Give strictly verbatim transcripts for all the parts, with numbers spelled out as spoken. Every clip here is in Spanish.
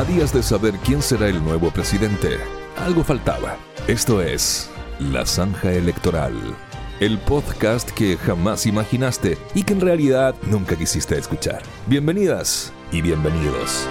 A días de saber quién será el nuevo presidente, algo faltaba. Esto es La Zanja Electoral, el podcast que jamás imaginaste y que en realidad nunca quisiste escuchar. Bienvenidas y bienvenidos.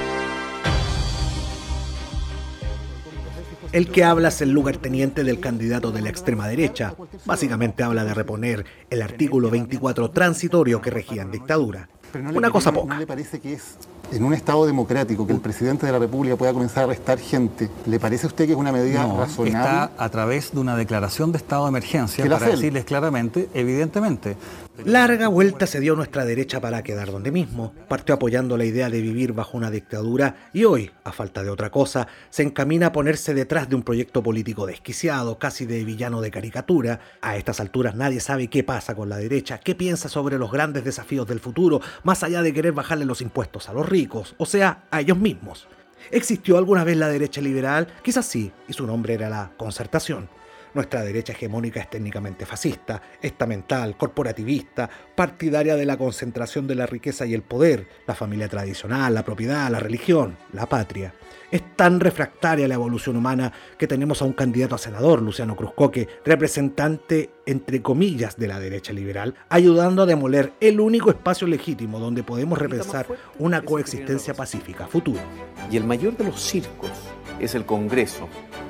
El que habla es el lugarteniente del candidato de la extrema derecha. Básicamente habla de reponer el artículo veinticuatro transitorio que regía en dictadura. No le, Una cosa no, poca. ¿No le parece que es, en un Estado democrático, que el presidente de la República pueda comenzar a arrestar gente? ¿Le parece a usted que es una medida no, razonable? Está a través de una declaración de estado de emergencia para decirles claramente, evidentemente. Larga vuelta se dio nuestra derecha para quedar donde mismo. Partió apoyando la idea de vivir bajo una dictadura y hoy, a falta de otra cosa, se encamina a ponerse detrás de un proyecto político desquiciado, casi de villano de caricatura. A estas alturas nadie sabe qué pasa con la derecha, qué piensa sobre los grandes desafíos del futuro, más allá de querer bajarle los impuestos a los ricos, o sea, a ellos mismos. ¿Existió alguna vez la derecha liberal? Quizás sí, y su nombre era la Concertación. Nuestra derecha hegemónica es técnicamente fascista, estamental, corporativista, partidaria de la concentración de la riqueza y el poder, la familia tradicional, la propiedad, la religión, la patria. Es tan refractaria a la evolución humana que tenemos a un candidato a senador, Luciano Cruzcoque, representante, entre comillas, de la derecha liberal, ayudando a demoler el único espacio legítimo donde podemos repensar una coexistencia pacífica a futuro. Y el mayor de los circos es el Congreso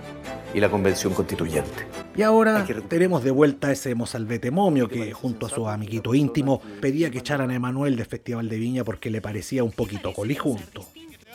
y la Convención Constituyente. Y ahora tenemos de vuelta a ese mozalbete momio que, junto a su amiguito íntimo, pedía que echaran a Emanuel del Festival de Viña porque le parecía un poquito colijunto.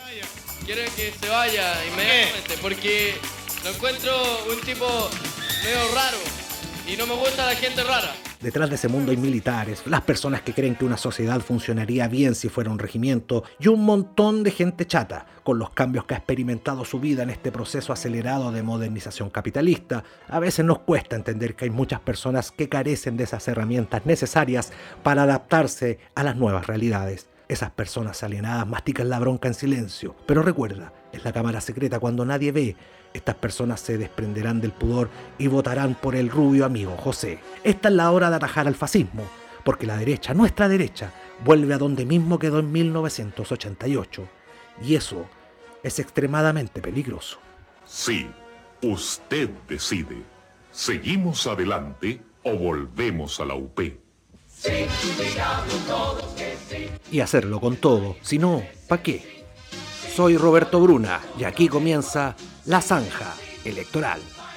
Quiero que se vaya inmediatamente porque lo encuentro un tipo medio raro y no me gusta la gente rara. Detrás de ese mundo hay militares, las personas que creen que una sociedad funcionaría bien si fuera un regimiento y un montón de gente chata, con los cambios que ha experimentado su vida en este proceso acelerado de modernización capitalista. A veces nos cuesta entender que hay muchas personas que carecen de esas herramientas necesarias para adaptarse a las nuevas realidades. Esas personas alienadas mastican la bronca en silencio, pero recuerda, es la cámara secreta cuando nadie ve. Estas personas se desprenderán del pudor y votarán por el rubio amigo José. Esta es la hora de atajar al fascismo, porque la derecha, nuestra derecha, vuelve a donde mismo quedó en mil novecientos ochenta y ocho. Y eso es extremadamente peligroso. Sí, usted decide. ¿Seguimos adelante o volvemos a la U P? Sí, digamos todos que sí. Y hacerlo con todo, si no, ¿pa' qué? Soy Roberto Bruna y aquí comienza La Zanja Electoral.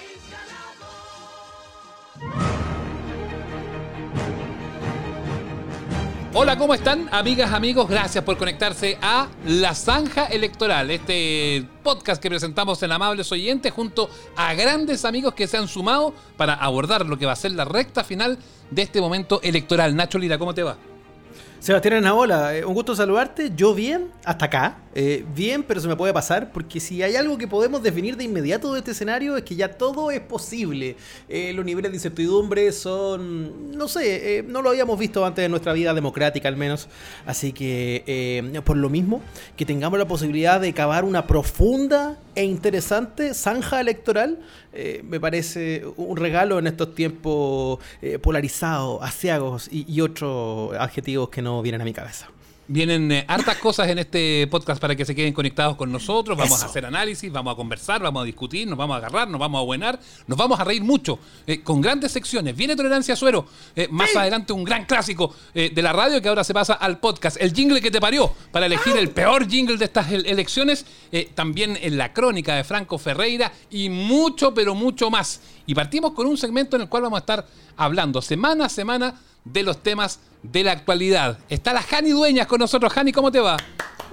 Hola, ¿cómo están? Amigas, amigos, gracias por conectarse a La Zanja Electoral, este podcast que presentamos en Amables Oyentes junto a grandes amigos que se han sumado para abordar lo que va a ser la recta final de este momento electoral. Nacho Lira, ¿cómo te va? Sebastián Enabola, eh, un gusto saludarte. Yo bien, hasta acá. Eh, bien, pero se me puede pasar, porque si hay algo que podemos definir de inmediato de este escenario es que ya todo es posible. Eh, los niveles de incertidumbre son, no sé, eh, no lo habíamos visto antes en nuestra vida democrática al menos. Así que, eh, por lo mismo, que tengamos la posibilidad de cavar una profunda e interesante zanja electoral, eh, me parece un regalo en estos tiempos eh, polarizados, aciagos y, y otros adjetivos que no vienen a mi cabeza. Vienen eh, hartas cosas en este podcast para que se queden conectados con nosotros. Vamos Eso. a hacer análisis, vamos a conversar, vamos a discutir, nos vamos a agarrar, nos vamos a buenar, nos vamos a reír mucho, eh, con grandes secciones. Viene Tolerancia Suero, eh, más sí. adelante un gran clásico eh, de la radio que ahora se pasa al podcast. El jingle que te parió para elegir el peor jingle de estas elecciones. Eh, también en la crónica de Franco Ferreira y mucho, pero mucho más. Y partimos con un segmento en el cual vamos a estar hablando semana a semana de los temas de la actualidad. Está la Jani Dueñas con nosotros. Jani, ¿cómo te va?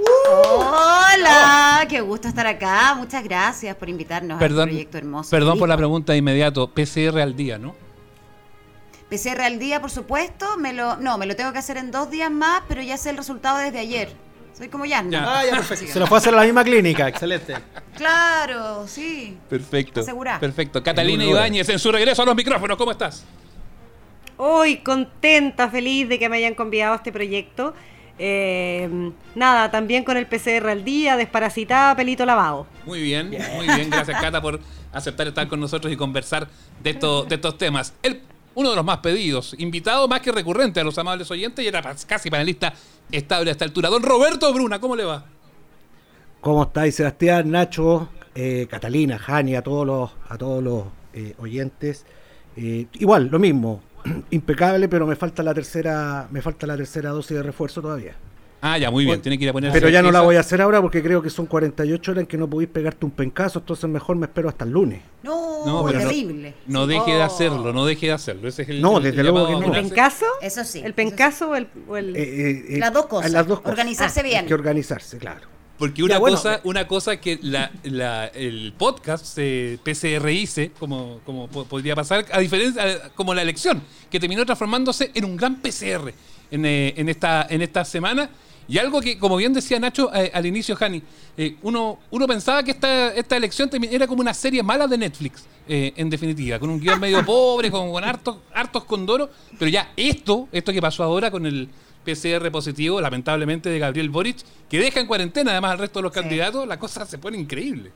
Hola, qué gusto estar acá. Muchas gracias por invitarnos perdón, a este proyecto hermoso. Perdón por la pregunta de inmediato. P C R al día, ¿no? P C R al día, por supuesto. Me lo, no, me lo tengo que hacer en dos días más, pero ya sé el resultado desde ayer. Soy como Jan. Ya. Ah, ya, perfecto. Se lo fue a hacer a la misma clínica. Excelente. Claro, sí. Perfecto. Asegurá. Perfecto. Catalina Ibáñez en su regreso a los micrófonos. ¿Cómo estás? Hoy contenta, feliz de que me hayan convidado a este proyecto. Eh, nada, también con el P C R al día, desparasitada, pelito lavado. Muy bien, bien, muy bien. Gracias, Cata, por aceptar estar con nosotros y conversar de, esto, de estos temas. El, uno de los más pedidos, invitado más que recurrente a los amables oyentes y era casi panelista estable a esta altura. Don Roberto Bruna, ¿cómo le va? ¿Cómo estáis, Sebastián, Nacho, eh, Catalina, Jani, a todos los, a todos los eh, oyentes? Eh, igual, lo mismo, impecable, pero me falta la tercera, me falta la tercera dosis de refuerzo todavía. Ah, ya, muy bien, tiene que ir a ponerse. Pero ya no la voy a hacer ahora porque creo que son cuarenta y ocho horas en que no podéis pegarte un pencazo, entonces mejor me espero hasta el lunes. No, No, pero terrible. No, no deje de hacerlo, no deje de hacerlo. Ese es el, No, el- desde el luego llamado que a no. ¿El ponerse. pencaso? Eso sí. ¿El pencaso o el...? o el- Eh, eh, eh, Las dos cosas. Las dos cosas. Organizarse Ah, bien. Hay que organizarse, claro. Porque una Ya, bueno, cosa, eh. una cosa que la, la- el podcast eh, P C R I C, como, como po- podría pasar, a diferencia, a- como la elección, que terminó transformándose en un gran P C R en, eh, en esta, en esta semana. Y algo que, como bien decía Nacho eh, al inicio, Jani, eh, uno, uno pensaba que esta, esta elección termi- era como una serie mala de Netflix, eh, en definitiva, con un guión medio pobre, con, con hartos, hartos condoros, pero ya esto, esto que pasó ahora con el P C R positivo, lamentablemente, de Gabriel Boric, que deja en cuarentena además al resto de los Sí. candidatos, la cosa se pone increíble.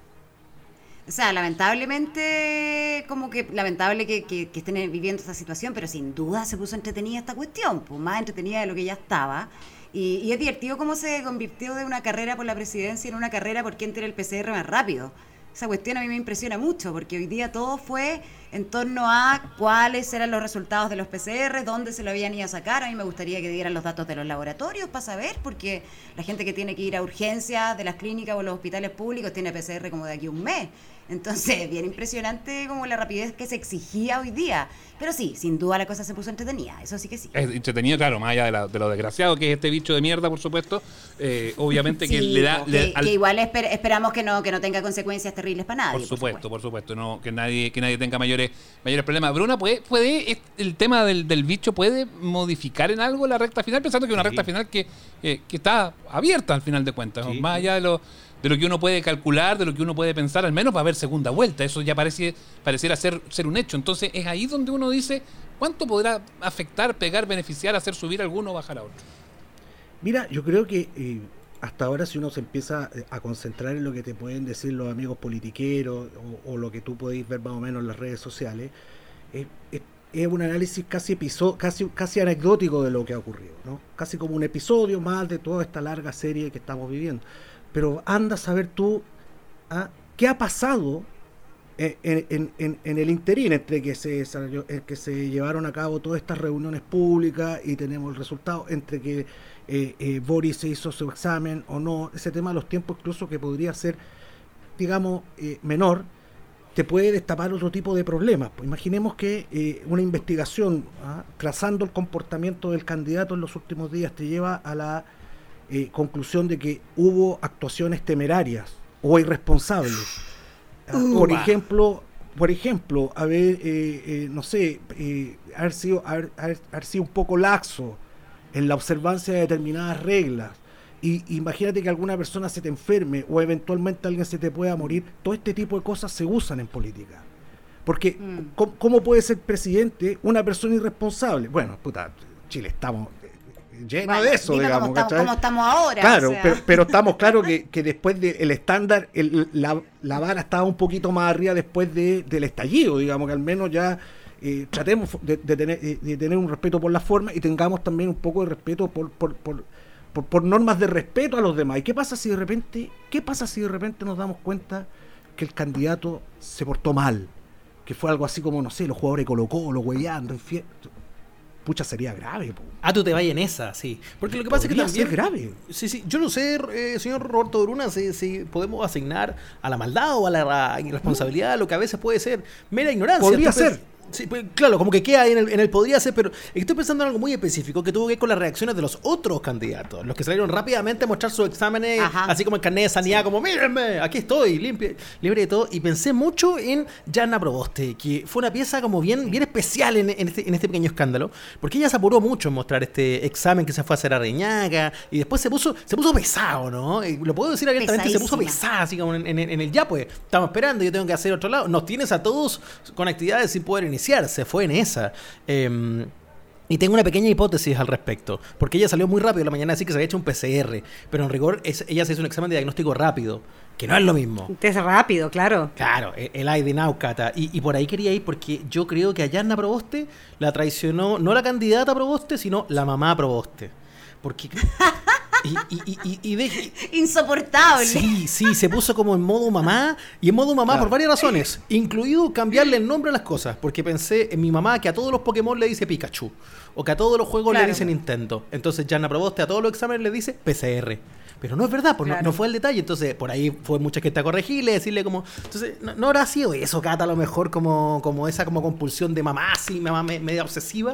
O sea, lamentablemente, como que lamentable que, que- que estén viviendo esta situación, pero sin duda se puso entretenida esta cuestión, pues más entretenida de lo que ya estaba. Y, y es divertido cómo se convirtió de una carrera por la presidencia en una carrera por quién tiene el P C R más rápido. Esa cuestión a mí me impresiona mucho, porque hoy día todo fue en torno a cuáles eran los resultados de los P C R, dónde se lo habían ido a sacar. A mí me gustaría que dieran los datos de los laboratorios para saber, porque la gente que tiene que ir a urgencias de las clínicas o los hospitales públicos tiene P C R como de aquí a un mes. Entonces, bien impresionante como la rapidez que se exigía hoy día. Pero sí, sin duda la cosa se puso entretenida, eso sí que sí. Es entretenido, claro, más allá de, la- de lo desgraciado que es este bicho de mierda, por supuesto. eh, obviamente que Sí, le da... po, le- que, al- que igual esper- esperamos que no que no tenga consecuencias terribles para nadie. Por supuesto, por supuesto, no, que nadie, que nadie tenga mayores, mayores problemas. Bruna, ¿puede, puede es- el tema del, del bicho puede modificar en algo la recta final? Pensando que es una recta final que, eh, que está abierta al final de cuentas, ¿no? Sí, Más sí. allá de lo, de lo que uno puede calcular, de lo que uno puede pensar, al menos va a haber segunda vuelta. Eso ya parece, pareciera ser, ser un hecho. Entonces es ahí donde uno dice, ¿cuánto podrá afectar, pegar, beneficiar, hacer subir a alguno o bajar a otro? Mira, yo creo que eh, hasta ahora si uno se empieza eh, a concentrar en lo que te pueden decir los amigos politiqueros o, o lo que tú podéis ver más o menos en las redes sociales, eh, eh, es un análisis casi episo- casi casi anecdótico de lo que ha ocurrido, ¿no? Casi como un episodio más de toda esta larga serie que estamos viviendo. Pero anda a saber tú ¿ah? qué ha pasado en, en, en, en el interín entre que se desarrolló- en que se llevaron a cabo todas estas reuniones públicas y tenemos el resultado, entre que eh, eh, Boris se hizo su examen o no, ese tema de los tiempos incluso que podría ser, digamos, eh, menor, te puede destapar otro tipo de problemas. Pues imaginemos que eh, una investigación ¿ah? trazando el comportamiento del candidato en los últimos días te lleva a la eh, conclusión de que hubo actuaciones temerarias o irresponsables. Ah, por ejemplo, por ejemplo, haber, eh, eh, no sé, eh, haber sido, haber, haber, haber sido un poco laxo en la observancia de determinadas reglas. Y imagínate que alguna persona se te enferme o eventualmente alguien se te pueda morir. Todo este tipo de cosas se usan en política. Porque, Mm. ¿cómo, cómo puede ser presidente una persona irresponsable? Bueno, puta, Chile estamos llenos Bueno, de eso, dime digamos. cómo estamos, ¿cachai? cómo estamos ahora. Claro, o sea. pero, pero estamos claros que, que después del estándar, el- la, la vara estaba un poquito más arriba después de, del estallido, digamos, que al menos ya eh, tratemos de, de tener, de, de tener un respeto por la forma y tengamos también un poco de respeto por, por, por, por, por normas de respeto a los demás. ¿Y qué pasa si de repente, qué pasa si de repente nos damos cuenta que el candidato se portó mal? Que fue algo así como, no sé, los jugadores Colo-Colo, huellando, infiel... Pucha, sería grave, po. Ah, tú te vayas en esa, sí. Porque lo que pasa es que Podría también... ser grave. Sí, sí. Yo no sé, eh, señor Roberto Bruna, si, si podemos asignar a la maldad o a la irresponsabilidad lo que a veces puede ser mera ignorancia. Podría Estoy ser. pens- Sí, pues, claro, como que queda ahí en el, en el podría ser, pero estoy pensando en algo muy específico que tuvo que ver con las reacciones de los otros candidatos, los que salieron rápidamente a mostrar sus exámenes, Ajá. así como el carnet de sanidad, como mírenme, aquí estoy, limpio, libre de todo, y pensé mucho en Yana Proboste, que fue una pieza como bien, bien especial en, en este, en este pequeño escándalo, porque ella se apuró mucho en mostrar este examen que se fue a hacer a Reñaca, y después se puso, se puso pesado, ¿no? Y lo puedo decir abiertamente, se puso Pesadísima. pesada, así como en, en- en el ya, pues, estamos esperando, yo tengo que hacer otro lado, nos tienes a todos con actividades sin poder iniciar, se fue en esa. Eh, y tengo una pequeña hipótesis al respecto, porque ella salió muy rápido en la mañana a decir que se había hecho un P C R, pero en rigor es, ella se hizo un examen de diagnóstico rápido, que no es lo mismo. Un test rápido, claro. Claro, el el A I de Náucata. Y, y por ahí quería ir porque yo creo que a Yana Proboste la traicionó no la candidata a Proboste, sino la mamá a Proboste. Porque Y, y, y, y de... Insoportable. Sí, sí, se puso como en modo mamá. Y en modo mamá claro. por varias razones. Incluido cambiarle el nombre a las cosas. Porque pensé en mi mamá que a todos los Pokémon le dice Pikachu. O que a todos los juegos claro. le dice Nintendo. Entonces Yanna Proboste a todos los exámenes le dice P C R. Pero no es verdad, pues claro. no, no fue el detalle. Entonces, por ahí fue mucha gente a corregirle, decirle como... Entonces, no, no habrá sido eso, Cata, a lo mejor como, como esa como compulsión de mamá, así, mamá me, media obsesiva.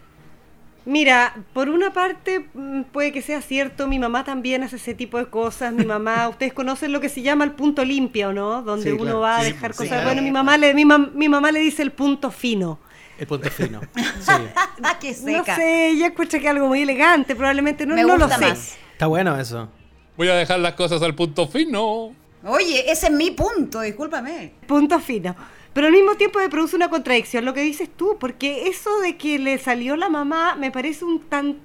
Mira, por una parte puede que sea cierto, mi mamá también hace ese tipo de cosas, mi mamá, ustedes conocen lo que se llama el punto limpio, ¿no? Donde sí, uno claro. va a sí, dejar sí, cosas... Claro. Bueno, mi mamá, le, mi, mam, mi mamá le dice el punto fino. El punto fino. Sí. Ah, qué seca. No sé, ella escucha que es algo muy elegante, probablemente no, no lo sé. Más. Está bueno eso. Voy a dejar las cosas al punto fino. Oye, ese es mi punto, discúlpame. Punto fino. Pero al mismo tiempo me produce una contradicción lo que dices tú, porque eso de que le salió la mamá me parece un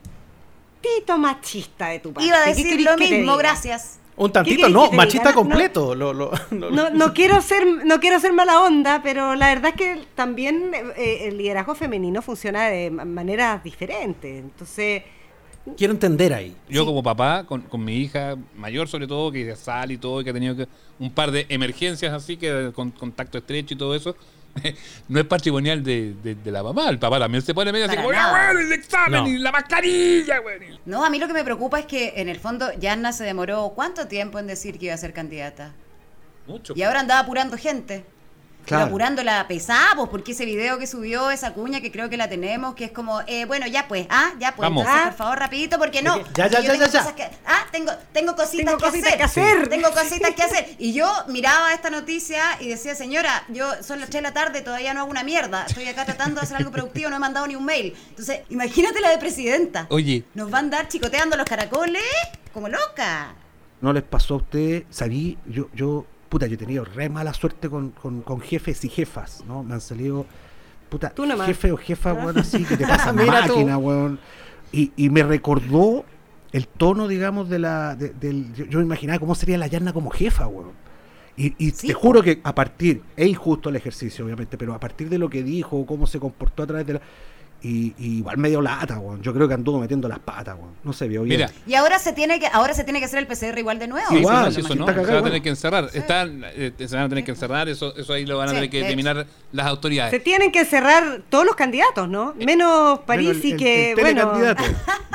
tantito machista de tu parte. Iba a decir lo mismo, gracias. Un tantito, no, machista diga? completo. No, lo, lo, lo, no, no, quiero ser, no quiero ser mala onda, pero la verdad es que también eh, el liderazgo femenino funciona de maneras diferentes. Entonces... Quiero entender ahí. Yo sí. como papá, con, con mi hija mayor sobre todo, que sale y todo, y que ha tenido que, un par de emergencias así, que con contacto estrecho y todo eso, no es patrimonial de, de, de la mamá. El papá también se pone medio así como, ¡ya, bueno, el examen no. y la mascarilla, güey! No, a mí lo que me preocupa es que en el fondo Yanna se demoró ¿cuánto tiempo en decir que iba a ser candidata? Mucho. Y ahora andaba apurando gente. Claro. Apurándola pesada, pues, porque ese video que subió, esa cuña que creo que la tenemos, que es como, eh, bueno, ya pues, ah, ya pues, Vamos. entonces, Ah. por favor, rapidito, porque no. Ya, ya, porque ya, yo tengo ya, ya. cosas que- ah, tengo, tengo cositas, Tengo que, cositas hacer. que hacer. Tengo cositas que hacer. Y yo miraba esta noticia y decía, señora, yo son las tres de la tarde, todavía no hago una mierda. Estoy acá tratando de hacer algo productivo, no he mandado ni un mail. Entonces, imagínate la de presidenta. Oye. Nos van a andar chicoteando los caracoles como loca. ¿No les pasó a ustedes? Sabí, yo, yo, puta, yo he tenido re mala suerte con, con, con jefes y jefas, ¿no? Me han salido, puta, Tú nomás. jefe o jefa, weón, así, que te pasan Mira tú. máquina, weón. Y, y me recordó el tono, digamos, de la, de- del, yo, yo me imaginaba cómo sería la Yanna como jefa, weón. Y, y Sí, te po. juro que a partir, es injusto el ejercicio, obviamente, pero a partir de lo que dijo, cómo se comportó a través de la... Y, y igual medio lata, weón. Yo creo que anduvo metiendo las patas, weón. No se vio bien. Mira. Y ahora se tiene que, ahora se tiene que hacer el P C R igual de nuevo. Sí, Igual, sí, sí, eso sí, no, está se cagado, va a tener bueno. que encerrar. Están, eh, se van a tener que encerrar, eso, eso ahí lo van a Sí, tener que de determinar las autoridades. Se tienen que cerrar todos los candidatos, ¿no? Menos París Bueno, el- y que, el- el bueno, telecandidato.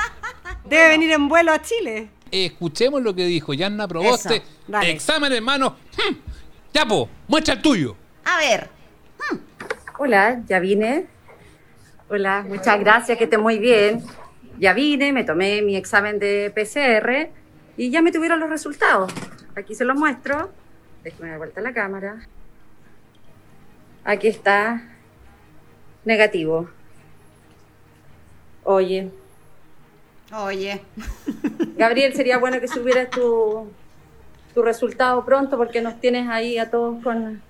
debe venir en vuelo a Chile. Escuchemos lo que dijo Yanna Proboste. Eso, dale. Examen, hermano. Hmm. Ya, po, muestra el tuyo. A ver, Hola, ya vine. Hola, muchas gracias, que esté muy bien. Ya vine, me tomé mi examen de P C R y ya me tuvieron los resultados. Aquí se los muestro. Déjame dar vuelta la cámara. Aquí está. Negativo. Oye, oye, Gabriel, sería bueno que subieras tu, tu resultado pronto porque nos tienes ahí a todos con,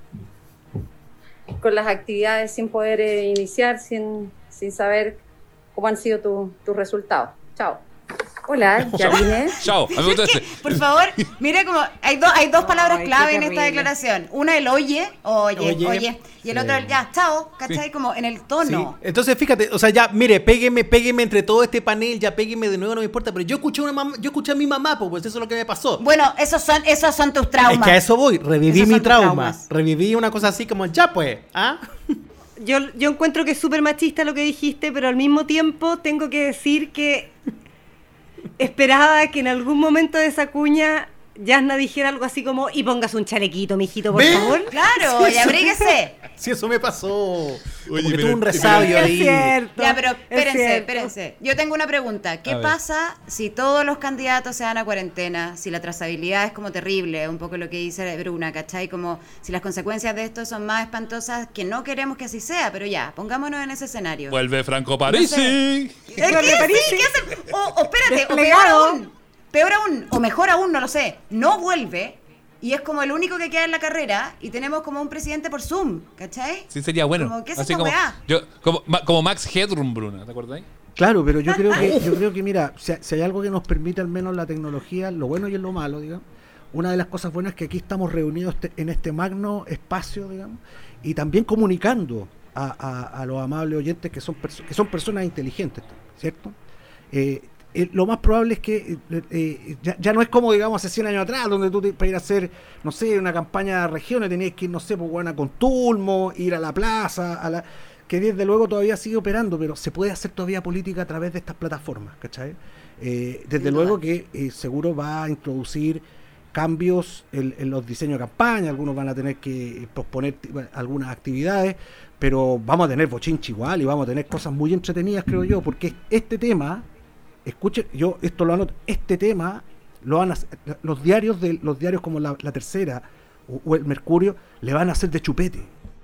con las actividades sin poder eh, iniciar, sin, sin saber cómo han sido tu- tus resultados. Chao. Hola, ya vine. Chao, a mí me gustó ese. por favor, mira como hay dos hay dos palabras Ay, qué clave en esta terrible. declaración. Una el oye, oye, Oye. oye, y el Sí. otro el ya, chao, ¿cachai? Sí. Como en el Sí. tono. Entonces, fíjate, o sea, ya, mire, pégueme, pégueme entre todo este panel, ya pégueme de nuevo, no me importa, pero yo escuché una mamá, yo escuché a mi mamá, pues, pues eso es lo que me pasó. Bueno, esos son esos son tus traumas. Es que a eso voy, reviví Esos mi son tus trauma, traumas. reviví una cosa así como, ya pues, ¿ah? Yo, yo encuentro que es súper machista lo que dijiste, pero al mismo tiempo tengo que decir que esperaba que en algún momento de esa cuña Yasna dijera algo así como, y pongas un chalequito, mijito, por ¿Ve? favor. Claro, y abríguese. Sí, eso me pasó. Como que pero- tuve un resabio Es ahí. cierto. Ya, pero es espérense, cierto. espérense. Yo tengo una pregunta. ¿Qué A ver. pasa si todos los candidatos se van a cuarentena? Si la trazabilidad es como terrible, un poco lo que dice Bruna, ¿cachai? Como si las consecuencias de esto son más espantosas, que no queremos que así sea, pero ya, pongámonos en ese escenario. Vuelve Franco Parisi. ¿Eh, ¿Qué? Vuelve Parisi. Sí, ¿qué hace? O, o espérate, o peor Desplegado. aún, peor aún, o mejor aún, no lo sé, no vuelve y es como el único que queda en la carrera y tenemos como un presidente por Zoom, ¿cachai? Sí, sería bueno. Como, ¿qué es Así esta como, weá? yo, como, ma- como Max Headroom, Bruna, ¿te acuerdas? Claro, pero yo creo que, yo creo que mira, si, si hay algo que nos permite al menos la tecnología, lo bueno y lo malo, digamos, una de las cosas buenas es que aquí estamos reunidos este- en este magno espacio, digamos, y también comunicando a, a- a los amables oyentes que son, perso- que son personas inteligentes, ¿cierto? Eh, eh, lo más probable es que eh, eh, ya, ya no es como, digamos, hace cien años atrás, donde tú te, para ir a hacer, no sé, una campaña de regiones tenías que ir, no sé, pues, bueno, con Tulmo, ir a la plaza, a la que desde luego todavía sigue operando, pero se puede hacer todavía política a través de estas plataformas, ¿cachai? Eh, desde luego que eh, seguro va a introducir cambios en, en los diseños de campaña, algunos van a tener que posponer bueno, algunas actividades, pero vamos a tener bochinche igual y vamos a tener cosas muy entretenidas, creo yo, porque este tema, escuchen, yo esto lo anoto, este tema lo van a los diarios de los diarios como la, la Tercera o, o el Mercurio le van a hacer de chupete.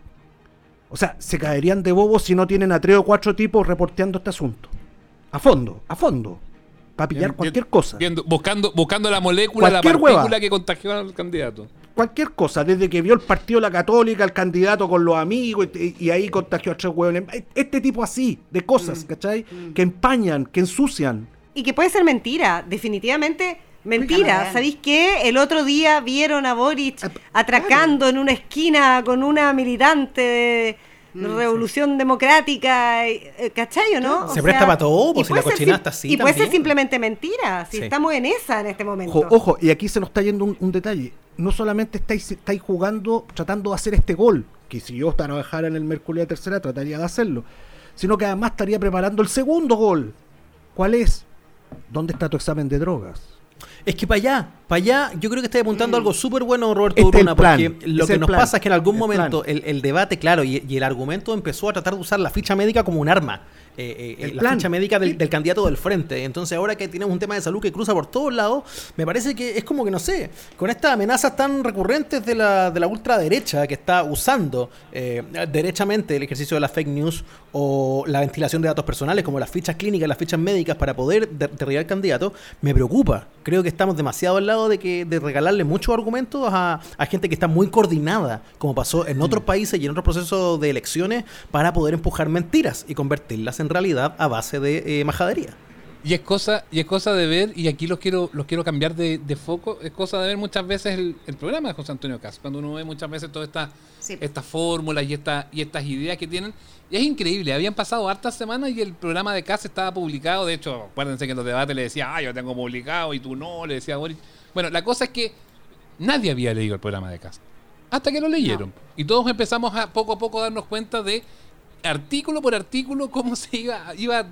O sea, se caerían de bobos si no tienen a tres o cuatro tipos reporteando este asunto. A fondo, a fondo. Para pillar bien, cualquier bien, cosa. Viendo, buscando, buscando la molécula, cualquier la partícula hueva. Que contagió al candidato. Cualquier cosa, desde que vio el partido La Católica, el candidato con los amigos, y, y ahí contagió a tres huevones. Este tipo así, de cosas, mm. ¿cachai? Mm. Que empañan, que ensucian. Y que puede ser mentira, definitivamente mentira. ¿Sabéis qué? El otro día vieron a Boric atracando claro. en una esquina con una militante de mm, Revolución sí. Democrática, ¿cachai o no? Se o presta sea, para todo, pues si la cochina está así. Y también. puede ser simplemente mentira, si sí. estamos en esa en este momento. Ojo, ojo, y aquí se nos está yendo un, un detalle. No solamente estáis, estáis jugando, tratando de hacer este gol, que si yo trabajara en el Mercurio de Tercera trataría de hacerlo, sino que además estaría preparando el segundo gol. ¿Cuál es? ¿Dónde está tu examen de drogas? Es que para allá, para allá, yo creo que está apuntando mm. algo súper bueno, Roberto este Bruna, porque lo que nos plan. pasa es que en algún el momento el, el debate, claro, y, y el argumento empezó a tratar de usar la ficha médica como un arma. Eh, eh, la plan. ficha médica del, del candidato del frente. Entonces ahora que tenemos un tema de salud que cruza por todos lados, me parece que es como que, no sé, con estas amenazas tan recurrentes de la, de la ultraderecha que está usando eh, derechamente el ejercicio de la fake news o la ventilación de datos personales como las fichas clínicas, las fichas médicas para poder derribar al candidato, me preocupa. Creo que estamos demasiado al lado de que de regalarle muchos argumentos a, a gente que está muy coordinada, como pasó en otros países y en otros procesos de elecciones, para poder empujar mentiras y convertirlas en en realidad a base de eh, majadería. Y es cosa y es cosa de ver, y aquí los quiero los quiero cambiar de, de foco, es cosa de ver muchas veces el, el programa de José Antonio Caz, cuando uno ve muchas veces todas estas sí. estas fórmulas y, esta, y estas ideas que tienen, y es increíble, habían pasado hartas semanas y el programa de Caz estaba publicado, de hecho, acuérdense que en los debates le decía, ah, yo tengo publicado, y tú no, le decía a Boris. Bueno, la cosa es que nadie había leído el programa de Caz, hasta que lo leyeron, no. y todos empezamos a poco a poco a darnos cuenta de artículo por artículo cómo se iba iba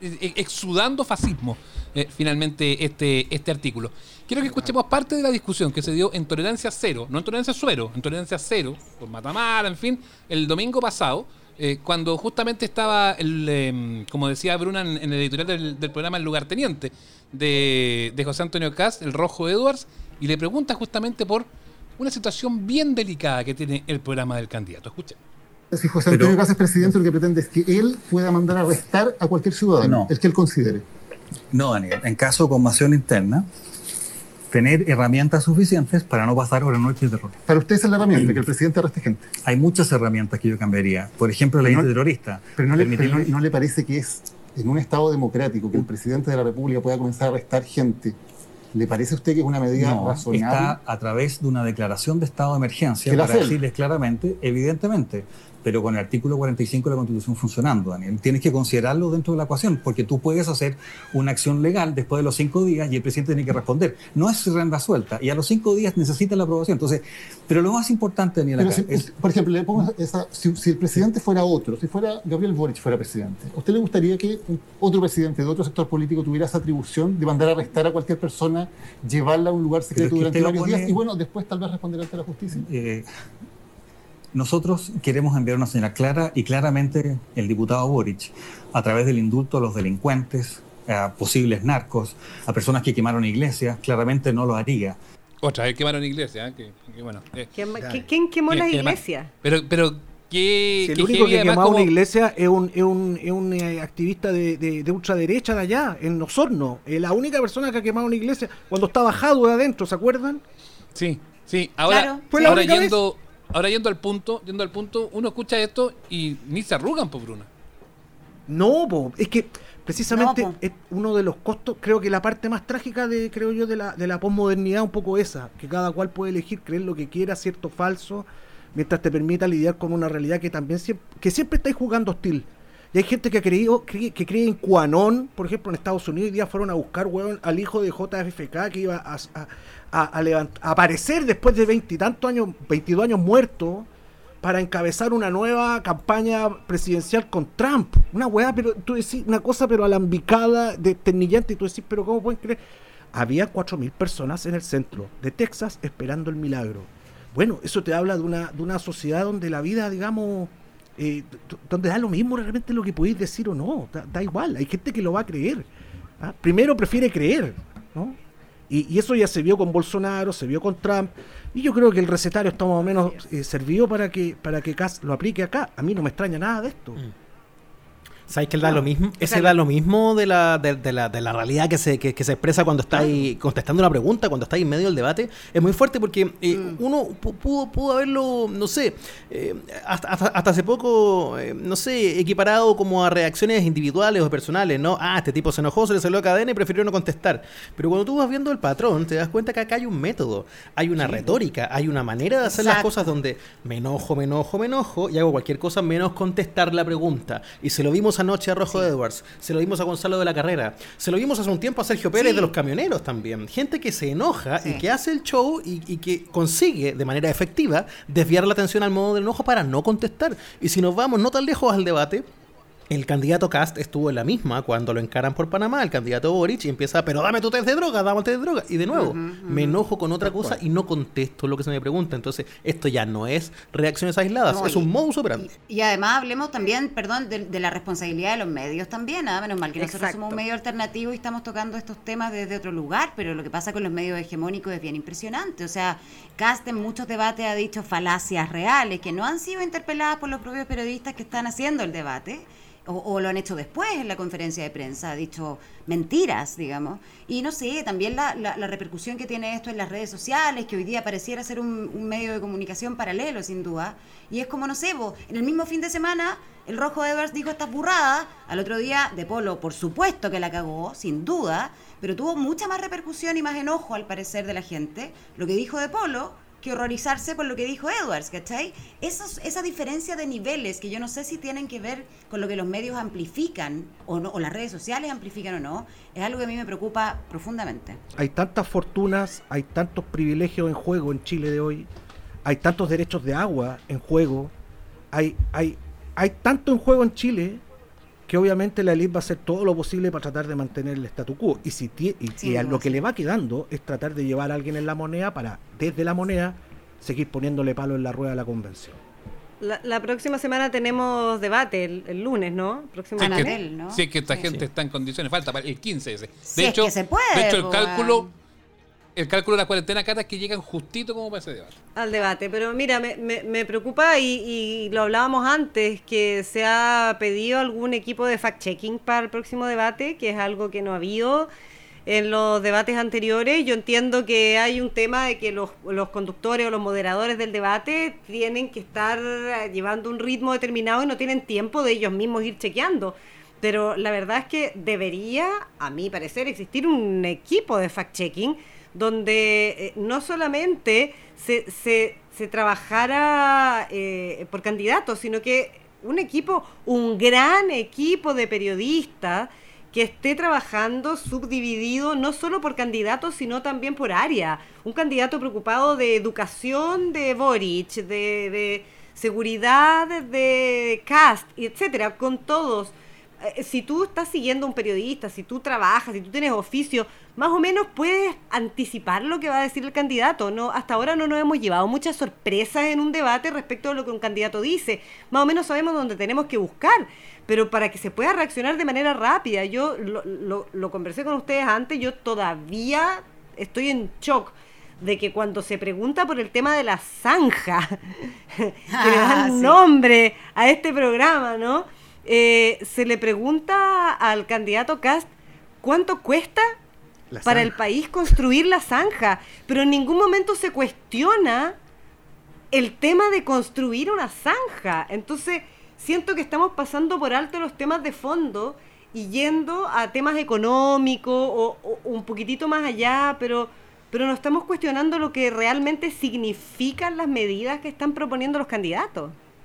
exudando fascismo eh, finalmente este este artículo. Quiero que escuchemos parte de la discusión que se dio en Tolerancia Cero, no en Tolerancia Suero, en Tolerancia Cero, por Matamala, en fin, el domingo pasado, eh, cuando justamente estaba, el eh, como decía Bruna en, en el editorial del, del programa El Lugarteniente, de, de José Antonio Caz, el Rojo Edwards, y le pregunta justamente por una situación bien delicada que tiene el programa del candidato. Escuchen. Si José Antonio Caz es presidente, lo que pretende es que él pueda mandar a arrestar a cualquier ciudadano, no, el que él considere. No, Daniel. En caso de conmoción interna, tener herramientas suficientes para no pasar horas noches de terror. Para usted esa es la herramienta, que el presidente arreste gente. Hay muchas herramientas que yo cambiaría. Por ejemplo, la ley terrorista. Pero, no le, pero no, ¿no le parece que es en un Estado democrático que el presidente de la República pueda comenzar a arrestar gente? ¿Le parece a usted que es una medida no, razonable? Está a través de una declaración de estado de emergencia para decirles claramente, evidentemente, pero con el artículo cuarenta y cinco de la Constitución funcionando, Daniel. Tienes que considerarlo dentro de la ecuación, porque tú puedes hacer una acción legal después de los cinco días y el presidente tiene que responder. No es rienda suelta, y a los cinco días necesita la aprobación. Entonces, pero lo más importante, Daniel, acá si, es... Por ejemplo, le pongo esa, si, si el presidente fuera otro, si fuera Gabriel Boric fuera presidente, ¿a usted le gustaría que otro presidente de otro sector político tuviera esa atribución de mandar a arrestar a cualquier persona, llevarla a un lugar secreto durante varios pone... días y, bueno, después tal vez responder ante la justicia? Eh... Nosotros queremos enviar una señal clara y claramente el diputado Boric, a través del indulto a los delincuentes, a posibles narcos, a personas que quemaron iglesias, claramente no lo haría. Otra vez quemaron iglesias, ¿eh? que, que, bueno, eh. ¿Quién quemó las iglesias? Pero, pero ¿qué, si qué el único que quemó como... una iglesia es un, es un, es un eh, activista de, de, de ultraderecha de allá, en Osorno. Es la única persona que ha quemado una iglesia cuando estaba Jadwe adentro, ¿se acuerdan? Sí, sí. Ahora, claro. ¿Fue la ahora yendo... Vez? Ahora yendo al punto, yendo al punto, uno escucha esto y ni se arrugan, por Bruna. No, po, es que precisamente no, es uno de los costos, creo que la parte más trágica de, creo yo, de la, de la posmodernidad, un poco esa, que cada cual puede elegir creer lo que quiera, cierto o falso, mientras te permita lidiar con una realidad que también siempre, que siempre estáis jugando hostil. Y hay gente que, creído, que, que cree en QAnon, por ejemplo, en Estados Unidos, hoy día fueron a buscar, weón, al hijo de J F K que iba a, a, a, a, levant- a aparecer después de veintitantos años, veintidós años muerto, para encabezar una nueva campaña presidencial con Trump. Una weá, pero tú decís, una cosa pero alambicada, desternillante, y tú decís, pero ¿cómo pueden creer? Había cuatro mil personas en el centro de Texas esperando el milagro. Bueno, eso te habla de una, de una sociedad donde la vida, digamos... Eh, donde da lo mismo realmente lo que podéis decir o no, da, da igual, hay gente que lo va a creer. ¿Ah? Primero prefiere creer, ¿no? Y, y eso ya se vio con Bolsonaro, se vio con Trump, y yo creo que el recetario está más o menos eh, servido para que para que Kass lo aplique acá. A mí no me extraña nada de esto. Mm. ¿Sabes que él da lo mismo? Ese da lo mismo de la, de, de la, de la realidad que se, que, que se expresa cuando está ahí contestando una pregunta, cuando está ahí en medio del debate. Es muy fuerte porque eh, mm. uno pudo, pudo haberlo, no sé, eh, hasta, hasta, hasta hace poco, eh, no sé, equiparado como a reacciones individuales o personales, ¿no? Ah, este tipo se enojó, se le salió la cadena y prefirió no contestar. Pero cuando tú vas viendo el patrón, te das cuenta que acá hay un método, hay una sí. retórica, hay una manera de hacer Exacto. las cosas donde me enojo, me enojo, me enojo y hago cualquier cosa menos contestar la pregunta. Y se lo vimos anoche a Rojo sí. Edwards, se lo vimos a Gonzalo de la Carrera, se lo vimos hace un tiempo a Sergio Pérez sí. de los camioneros también. Gente que se enoja sí. y que hace el show y, y que consigue de manera efectiva desviar la atención al modo del enojo para no contestar. Y si nos vamos no tan lejos al debate, el candidato Kast estuvo en la misma cuando lo encaran por Panamá, el candidato Boric, y empieza, pero dame tu test de droga, dame el test de droga. Y de nuevo, uh-huh, uh-huh. me enojo con otra cosa y no contesto lo que se me pregunta. Entonces, esto ya no es reacciones aisladas, no, es y, un modus operandi. Y, y además hablemos también, perdón, de, de la responsabilidad de los medios también. ¿eh? Menos mal que Exacto. nosotros somos un medio alternativo y estamos tocando estos temas desde otro lugar, pero lo que pasa con los medios hegemónicos es bien impresionante. O sea, Kast en muchos debates ha dicho falacias reales que no han sido interpeladas por los propios periodistas que están haciendo el debate. O, o lo han hecho después en la conferencia de prensa, ha dicho mentiras, digamos. Y no sé, también la, la, la repercusión que tiene esto en las redes sociales, que hoy día pareciera ser un, un medio de comunicación paralelo, sin duda. Y es como, no sé, vos, en el mismo fin de semana, el Rojo Edwards dijo estas burradas, al otro día De Polo, por supuesto que la cagó, sin duda, pero tuvo mucha más repercusión y más enojo, al parecer, de la gente. Lo que dijo De Polo, que horrorizarse por lo que dijo Edwards, ¿cachai? Esos, esa diferencia de niveles que yo no sé si tienen que ver con lo que los medios amplifican o, no, o las redes sociales amplifican o no, es algo que a mí me preocupa profundamente. Hay tantas fortunas, hay tantos privilegios en juego en Chile de hoy, hay tantos derechos de agua en juego, hay, hay, hay tanto en juego en Chile que obviamente la élite va a hacer todo lo posible para tratar de mantener el statu quo. Y, si tie- y, sí, y a lo que le va quedando es tratar de llevar a alguien en la moneda para, desde la moneda, seguir poniéndole palo en la rueda de la convención. La, la próxima semana tenemos debate, el, el lunes, ¿no? Próxima sí, semana. que, ¿no? Sí, que esta sí. gente sí. está en condiciones. Falta para el quince ese. De sí, hecho, es que se puede, de hecho el cálculo... El cálculo de la cuarentena, Cata, es que llegan justito como para ese debate. Al debate, pero mira, me, me, me preocupa y, y lo hablábamos antes, que se ha pedido algún equipo de fact-checking para el próximo debate, que es algo que no ha habido en los debates anteriores. Yo entiendo que hay un tema de que los, los conductores o los moderadores del debate tienen que estar llevando un ritmo determinado y no tienen tiempo de ellos mismos ir chequeando. Pero la verdad es que debería, a mi parecer, existir un equipo de fact-checking donde eh, no solamente se, se, se trabajara eh, por candidatos, sino que un equipo, un gran equipo de periodistas que esté trabajando subdividido no solo por candidatos, sino también por área. Un candidato preocupado de educación de Boric, de, de seguridad de Kast, etcétera, con todos. Si tú estás siguiendo a un periodista, si tú trabajas, si tú tienes oficio, más o menos puedes anticipar lo que va a decir el candidato. No, hasta ahora no nos hemos llevado muchas sorpresas en un debate respecto a lo que un candidato dice. Más o menos sabemos dónde tenemos que buscar, pero para que se pueda reaccionar de manera rápida. Yo lo, lo, lo conversé con ustedes antes, yo todavía estoy en shock de que cuando se pregunta por el tema de la zanja, que ah, le dan sí. nombre a este programa, ¿no? Eh, se le pregunta al candidato Kast cuánto cuesta la para zanja. El país construir la zanja, pero en ningún momento se cuestiona el tema de construir una zanja. Entonces siento que estamos pasando por alto los temas de fondo y yendo a temas económicos o, o un poquitito más allá, pero, pero no estamos cuestionando lo que realmente significan las medidas que están proponiendo los candidatos.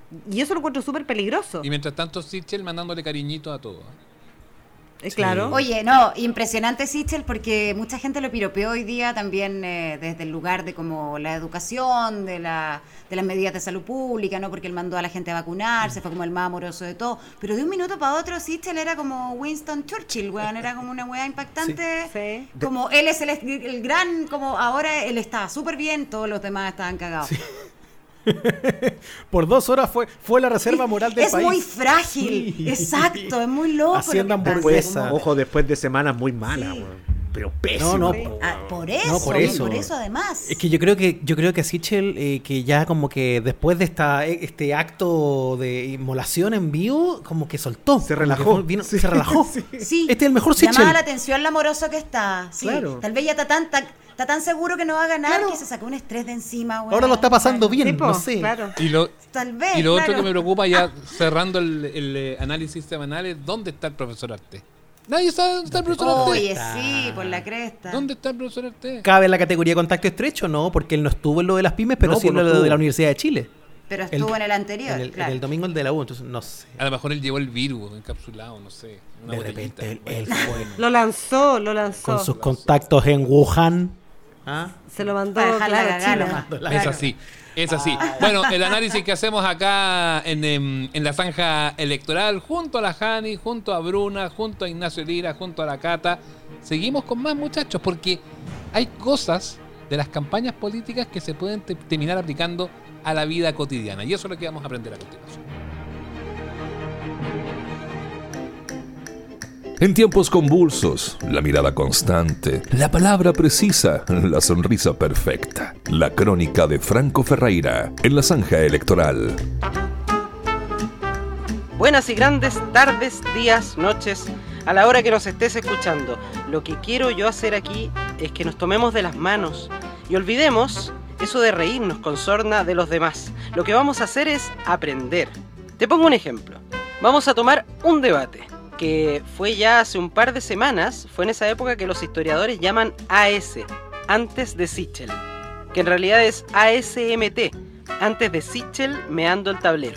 Y eso lo encuentro súper peligroso. Y mientras tanto, Sichel mandándole cariñito a todos. Eh, claro. Oye, no, impresionante Sichel, porque mucha gente lo piropeó hoy día también eh, desde el lugar de como la educación, de la de las medidas de salud pública, ¿no? Porque él mandó a la gente a vacunarse, fue como el más amoroso de todo. Pero de un minuto para otro, Sichel era como Winston Churchill, weón, era como una weá impactante. Sí. Sí. Como él es el, el gran, como ahora él estaba súper bien, todos los demás estaban cagados. Sí. Por dos horas fue fue la reserva moral del es país. Es muy frágil, sí. Exacto, es muy loco. Hacienda hamburguesa. Ojo, después de semanas muy malas, sí. Pero pésimo. No, no, por, ah, por eso, no, por eso, por eso además. Es que yo creo que yo creo que Sichel eh, que ya como que después de esta este acto de inmolación en vivo, como que soltó, se relajó, vino, sí. se relajó. Sí. Sí. Este es el mejor Sichel. Llamaba la atención lo amoroso que está. Sí. Claro. Tal vez ya está tan, tan Está tan seguro que no va a ganar, claro, que se sacó un estrés de encima, güey. Ahora lo está pasando claro. bien, Tipo, no sé. Claro. Y lo, Tal vez, y lo claro. otro que me preocupa, ya cerrando el, el, el análisis semanal, es ¿dónde está el profesor Arte? Nadie sabe dónde está el profesor Arte. Oye, sí, por la cresta. ¿Dónde está el profesor Arte? ¿Cabe en la categoría de contacto estrecho? No, porque él no estuvo en lo de las pymes, pero no, sí en lo no de la Universidad de Chile. Pero estuvo el, en el anterior, en el, claro. En el domingo el de la U, entonces no sé. A lo mejor él llevó el virus encapsulado, no sé. Una de botellita. repente él, él fue. Lo lanzó, lo lanzó. Con sus contactos en Wuhan. ¿Ah? Se lo mandó, claro, la China. Es así, es así. Bueno, el análisis que hacemos acá en, en, en la zanja electoral, junto a la Jani, junto a Bruna, junto a Ignacio Lira, junto a la Cata, seguimos con más, muchachos, porque hay cosas de las campañas políticas que se pueden te- terminar aplicando a la vida cotidiana, y eso es lo que vamos a aprender a continuación. En tiempos convulsos, la mirada constante, la palabra precisa, la sonrisa perfecta. La crónica de Franco Ferreira en la zanja electoral. Buenas y grandes tardes, días, noches, a la hora que nos estés escuchando. Lo que quiero yo hacer aquí es que nos tomemos de las manos y olvidemos eso de reírnos con sorna de los demás. Lo que vamos a hacer es aprender. Te pongo un ejemplo. Vamos a tomar un debate que fue ya hace un par de semanas, fue en esa época que los historiadores llaman A S, antes de Sichel, que en realidad es A S M T, antes de Sichel meando el tablero.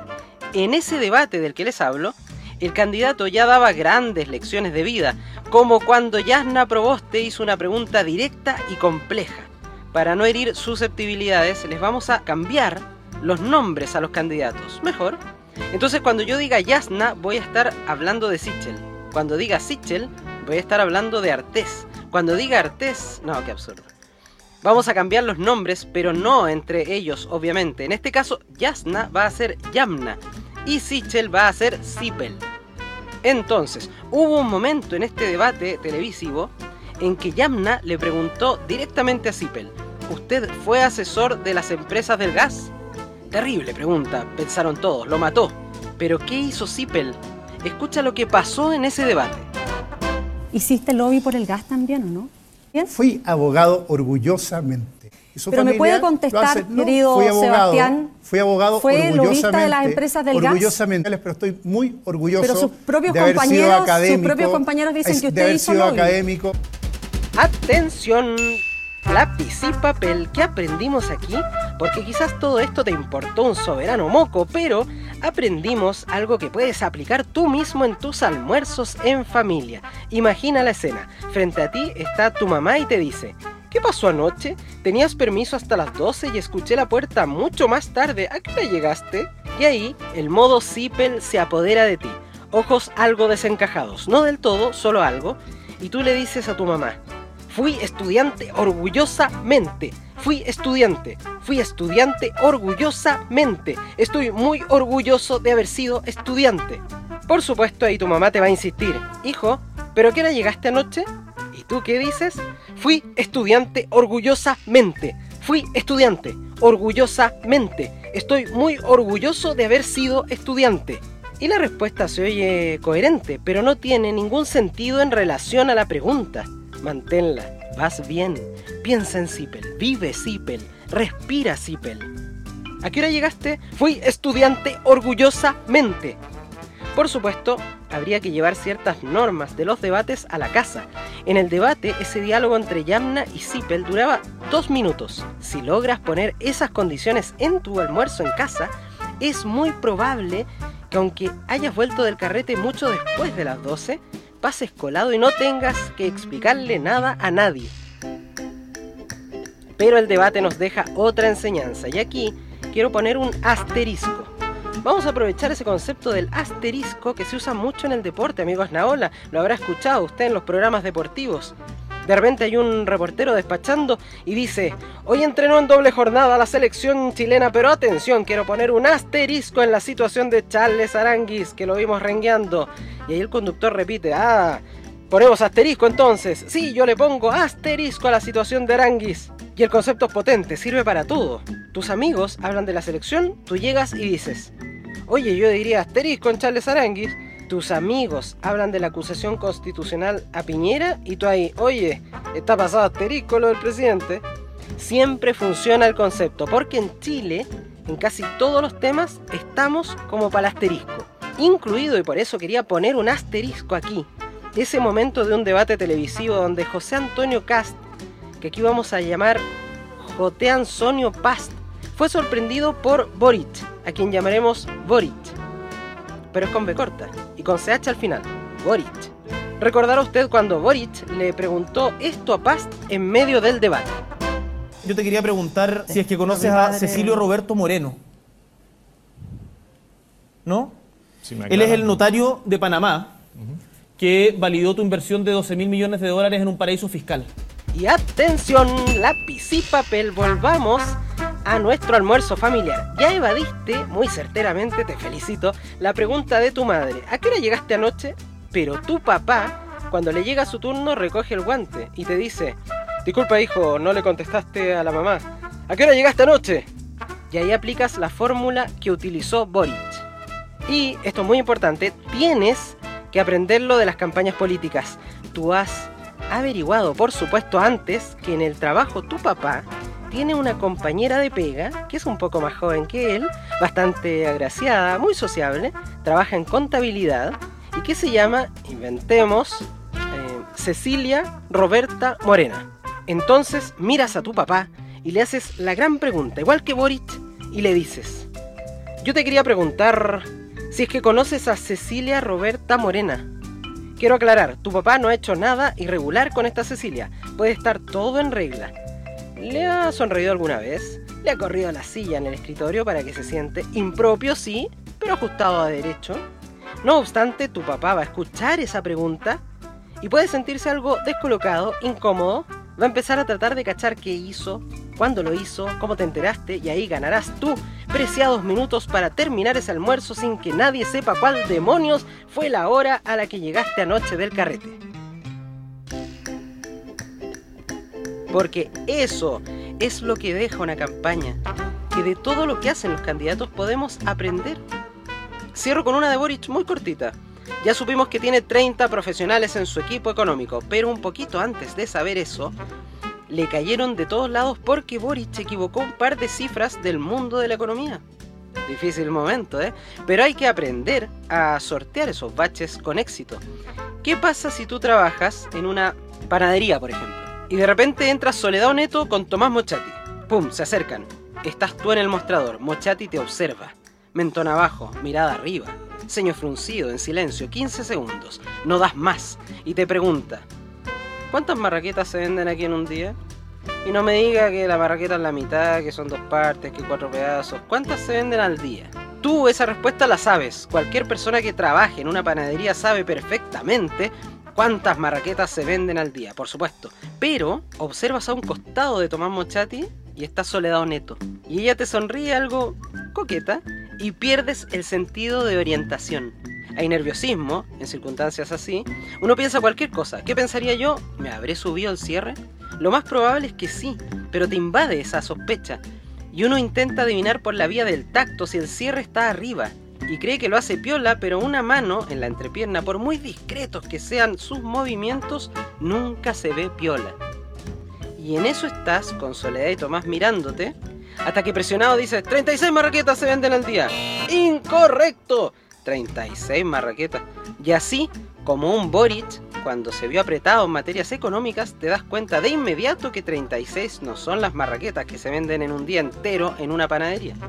En ese debate del que les hablo, el candidato ya daba grandes lecciones de vida, como cuando Jasna Proboste hizo una pregunta directa y compleja. Para no herir susceptibilidades, les vamos a cambiar los nombres a los candidatos. Mejor. Entonces, cuando yo diga Jasna, voy a estar hablando de Sichel. Cuando diga Sichel, voy a estar hablando de Artés. Cuando diga Artés... No, qué absurdo. Vamos a cambiar los nombres, pero no entre ellos, obviamente. En este caso, Jasna va a ser Yamna y Sichel va a ser Sipel. Entonces, hubo un momento en este debate televisivo en que Yamna le preguntó directamente a Sipel: ¿usted fue asesor de las empresas del gas? Terrible pregunta, pensaron todos, lo mató. Pero ¿qué hizo Sipel? Escucha lo que pasó en ese debate. ¿Hiciste lobby por el gas también o no? ¿Bien? Fui abogado orgullosamente. Pero me puede contestar, no, querido fui abogado, Sebastián. Fui abogado ¿Fue orgullosamente. lobista de las empresas del orgullosamente, gas? Pero estoy muy orgulloso pero sus propios de haber compañeros, sido académico. Sus propios compañeros dicen que de usted haber hizo sido lobby. académico. Atención, lápiz y papel, ¿qué aprendimos aquí? Porque quizás todo esto te importó un soberano moco, pero aprendimos algo que puedes aplicar tú mismo en tus almuerzos en familia. Imagina la escena, frente a ti está tu mamá y te dice: ¿qué pasó anoche? Tenías permiso hasta las doce y escuché la puerta mucho más tarde, ¿a qué hora llegaste? Y ahí, el modo Sipel se apodera de ti, ojos algo desencajados, no del todo, solo algo, y tú le dices a tu mamá: fui estudiante orgullosamente, fui estudiante, fui estudiante orgullosamente, estoy muy orgulloso de haber sido estudiante. Por supuesto, ahí tu mamá te va a insistir: hijo, ¿pero a qué hora llegaste anoche? ¿Y tú qué dices? Fui estudiante orgullosamente, fui estudiante orgullosamente, estoy muy orgulloso de haber sido estudiante. Y la respuesta se oye coherente, pero no tiene ningún sentido en relación a la pregunta. Manténla, vas bien, piensa en Sipel, vive Sipel, respira Sipel. ¿A qué hora llegaste? Fui estudiante orgullosamente. Por supuesto, habría que llevar ciertas normas de los debates a la casa. En el debate, ese diálogo entre Yamna y Sipel duraba dos minutos. Si logras poner esas condiciones en tu almuerzo en casa, es muy probable que aunque hayas vuelto del carrete mucho después de las doce, pases colado y no tengas que explicarle nada a nadie. Pero el debate nos deja otra enseñanza, y aquí quiero poner un asterisco. Vamos a aprovechar ese concepto del asterisco que se usa mucho en el deporte, amigo Esnaola. Lo habrá escuchado usted en los programas deportivos. De repente hay un reportero despachando y dice: hoy entrenó en doble jornada la selección chilena, pero atención, quiero poner un asterisco en la situación de Charles Aranguis, que lo vimos rengueando. Y ahí el conductor repite: ah, ponemos asterisco entonces. Sí, yo le pongo asterisco a la situación de Aranguis. Y el concepto es potente, sirve para todo. Tus amigos hablan de la selección, tú llegas y dices: oye, yo diría asterisco en Charles Aranguis. Tus amigos hablan de la acusación constitucional a Piñera y tú ahí: oye, está pasado asterisco lo del presidente. Siempre funciona el concepto, porque en Chile, en casi todos los temas, estamos como para el asterisco. Incluido, y por eso quería poner un asterisco aquí, ese momento de un debate televisivo donde José Antonio Cast, que aquí vamos a llamar Joté Antonio Past, fue sorprendido por Boric, a quien llamaremos Boric. Pero es con B corta y con C H al final, Boric. Recordará usted cuando Boric le preguntó esto a Past en medio del debate. Yo te quería preguntar si es que conoces a Cecilio Roberto Moreno. ¿No? Sí, él es el notario de Panamá, uh-huh, que validó tu inversión de doce mil millones de dólares en un paraíso fiscal. Y atención, lápiz y papel, volvamos a nuestro almuerzo familiar. Ya evadiste, muy certeramente, te felicito, la pregunta de tu madre: ¿a qué hora llegaste anoche? Pero tu papá, cuando le llega su turno, recoge el guante y te dice: disculpa, hijo, no le contestaste a la mamá. ¿A qué hora llegaste anoche? Y ahí aplicas la fórmula que utilizó Boric. Y, esto es muy importante, tienes que aprenderlo de las campañas políticas. Tú has averiguado, por supuesto, antes que en el trabajo tu papá tiene una compañera de pega que es un poco más joven que él, bastante agraciada, muy sociable, trabaja en contabilidad y que se llama, inventemos, eh, Cecilia Roberta Morena. Entonces miras a tu papá y le haces la gran pregunta, igual que Boric, y le dices: yo te quería preguntar si es que conoces a Cecilia Roberta Morena. Quiero aclarar, tu papá no ha hecho nada irregular con esta Cecilia. Puede estar todo en regla. ¿Le ha sonreído alguna vez? ¿Le ha corrido la silla en el escritorio para que se siente impropio? Sí, pero ajustado a derecho. No obstante, tu papá va a escuchar esa pregunta y puede sentirse algo descolocado, incómodo. Va a empezar a tratar de cachar qué hizo, cuándo lo hizo, cómo te enteraste, y ahí ganarás tú preciados minutos para terminar ese almuerzo sin que nadie sepa cuál demonios fue la hora a la que llegaste anoche del carrete. Porque eso es lo que deja una campaña, que de todo lo que hacen los candidatos podemos aprender. Cierro con una de Boric muy cortita. Ya supimos que tiene treinta profesionales en su equipo económico, pero un poquito antes de saber eso, le cayeron de todos lados porque Boric equivocó un par de cifras del mundo de la economía. Difícil momento, ¿eh? Pero hay que aprender a sortear esos baches con éxito. ¿Qué pasa si tú trabajas en una panadería, por ejemplo, y de repente entras Soledad Neto con Tomás Mochati? ¡Pum! Se acercan. Estás tú en el mostrador, Mochati te observa. Mentón abajo, mirada arriba, ceño fruncido, en silencio, quince segundos, no das más, y te pregunta: ¿cuántas marraquetas se venden aquí en un día? Y no me diga que la marraqueta es la mitad, que son dos partes, que cuatro pedazos. ¿Cuántas se venden al día? Tú esa respuesta la sabes. Cualquier persona que trabaje en una panadería sabe perfectamente cuántas marraquetas se venden al día, por supuesto. Pero observas a un costado de Tomás Mochati y está Soledad Neto. Y ella te sonríe algo coqueta y pierdes el sentido de orientación. Hay nerviosismo en circunstancias así. Uno piensa cualquier cosa. ¿Qué pensaría yo? ¿Me habré subido el cierre? Lo más probable es que sí, pero te invade esa sospecha. Y uno intenta adivinar por la vía del tacto si el cierre está arriba. Y cree que lo hace piola, pero una mano en la entrepierna, por muy discretos que sean sus movimientos, nunca se ve piola. Y en eso estás con Soledad y Tomás mirándote, hasta que presionado dices: treinta y seis marraquetas se venden al día. ¡Incorrecto! treinta y seis marraquetas. Y así, como un Boric, cuando se vio apretado en materias económicas, te das cuenta de inmediato que treinta y seis no son las marraquetas que se venden en un día entero en una panadería.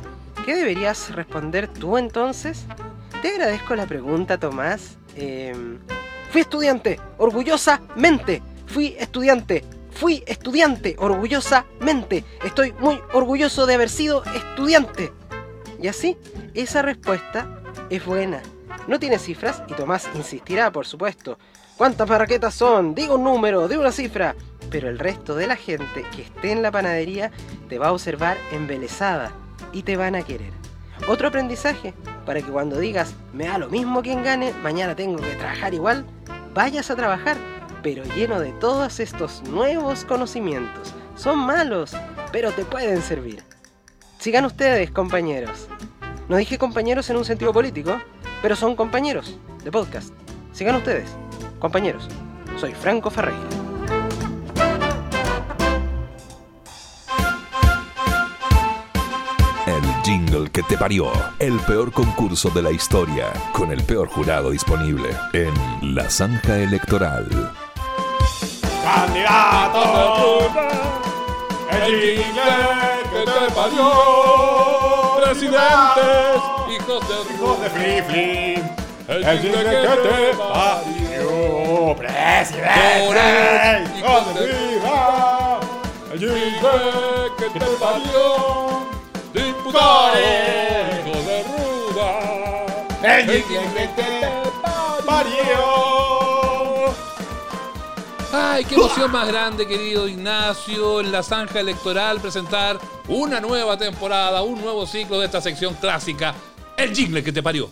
¿qué deberías responder tú entonces? Te agradezco la pregunta, Tomás. Eh, fui estudiante, orgullosamente. Fui estudiante, fui estudiante, orgullosamente. Estoy muy orgulloso de haber sido estudiante. Y así, esa respuesta es buena. No tiene cifras y Tomás insistirá, por supuesto. ¿Cuántas marraquetas son? Diga un número, diga una cifra. Pero el resto de la gente que esté en la panadería te va a observar embelesada y te van a querer. Otro aprendizaje, para que cuando digas, me da lo mismo quien gane, mañana tengo que trabajar igual, vayas a trabajar, pero lleno de todos estos nuevos conocimientos. Son malos, pero te pueden servir. Sigan ustedes, compañeros. No dije compañeros en un sentido político, pero son compañeros de podcast. Sigan ustedes, compañeros. Soy Franco Ferreira. El jingle que te parió. El peor concurso de la historia. Con el peor jurado disponible en La Zanja Electoral. ¡Candidato! El jingle que te parió. Presidentes, hijos de hijos de Flifli. El jingle que te parió. Presidentes, hijos de Viva. El jingle que te parió. Diputados, hijos de Ruda. El jingle que te parió. Ay, qué emoción más grande, querido Ignacio, en La Zanja Electoral presentar una nueva temporada, un nuevo ciclo de esta sección clásica, el jingle que te parió.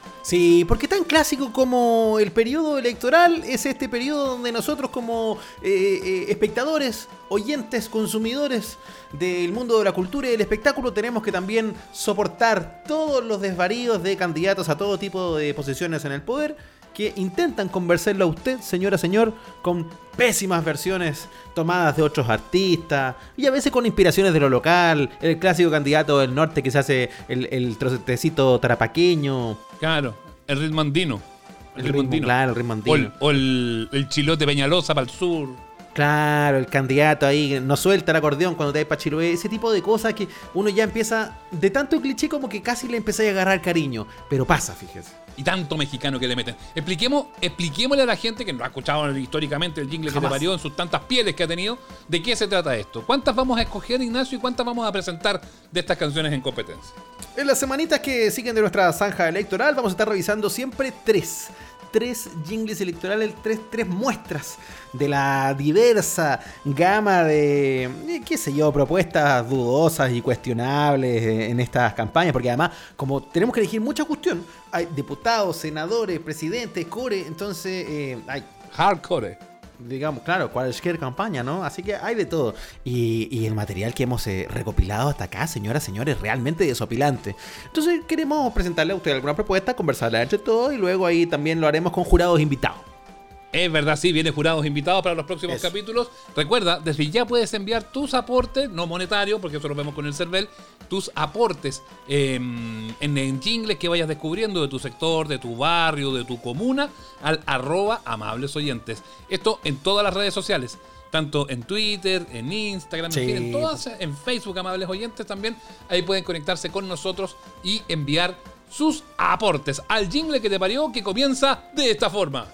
Sí, porque tan clásico como el periodo electoral es este periodo donde nosotros como eh, eh, espectadores, oyentes, consumidores del mundo de la cultura y del espectáculo tenemos que también soportar todos los desvaríos de candidatos a todo tipo de posiciones en el poder que intentan convencerlo a usted, señora, señor, con pésimas versiones tomadas de otros artistas y a veces con inspiraciones de lo local, el clásico candidato del norte que se hace el, el trocetecito tarapaqueño. Claro, el ritmo andino. El, el ritmo andino. Claro, el ritmo andino. O el, o el, el chilote Peñalosa para el sur. Claro, el candidato ahí no suelta el acordeón cuando te hay para Chiloé. Ese tipo de cosas que uno ya empieza, de tanto cliché como que casi le empieza a agarrar cariño. Pero pasa, fíjese. Y tanto mexicano que le meten. Expliquemos, expliquémosle a la gente que no ha escuchado históricamente el jingle Jamás. que te parió en sus tantas pieles que ha tenido, de qué se trata esto. ¿Cuántas vamos a escoger, Ignacio, y cuántas vamos a presentar de estas canciones en competencia? En las semanitas que siguen de nuestra zanja electoral vamos a estar revisando siempre tres. Tres jingles electorales, tres, tres muestras de la diversa gama de, qué sé yo, propuestas dudosas y cuestionables en estas campañas, porque además, como tenemos que elegir mucha cuestión, hay diputados, senadores, presidentes, core, entonces eh, hay hardcore. Digamos, claro, cualquier campaña, ¿no? Así que hay de todo. Y, y el material que hemos eh, recopilado hasta acá, señoras, señores, realmente desopilante. Entonces queremos presentarle a usted alguna propuesta, conversarla entre todos y luego ahí también lo haremos con jurados invitados. Es verdad, sí, vienen jurados invitados para los próximos eso. capítulos. Recuerda, desde ya puedes enviar tus aportes, no monetarios, porque eso lo vemos con el CERVEL, tus aportes eh, en, en jingles que vayas descubriendo de tu sector, de tu barrio, de tu comuna, al arroba amables oyentes. Esto en todas las redes sociales, tanto en Twitter, en Instagram, sí. en, fin, en todas, en Facebook, amables oyentes también. Ahí pueden conectarse con nosotros y enviar sus aportes al jingle que te parió, que comienza de esta forma.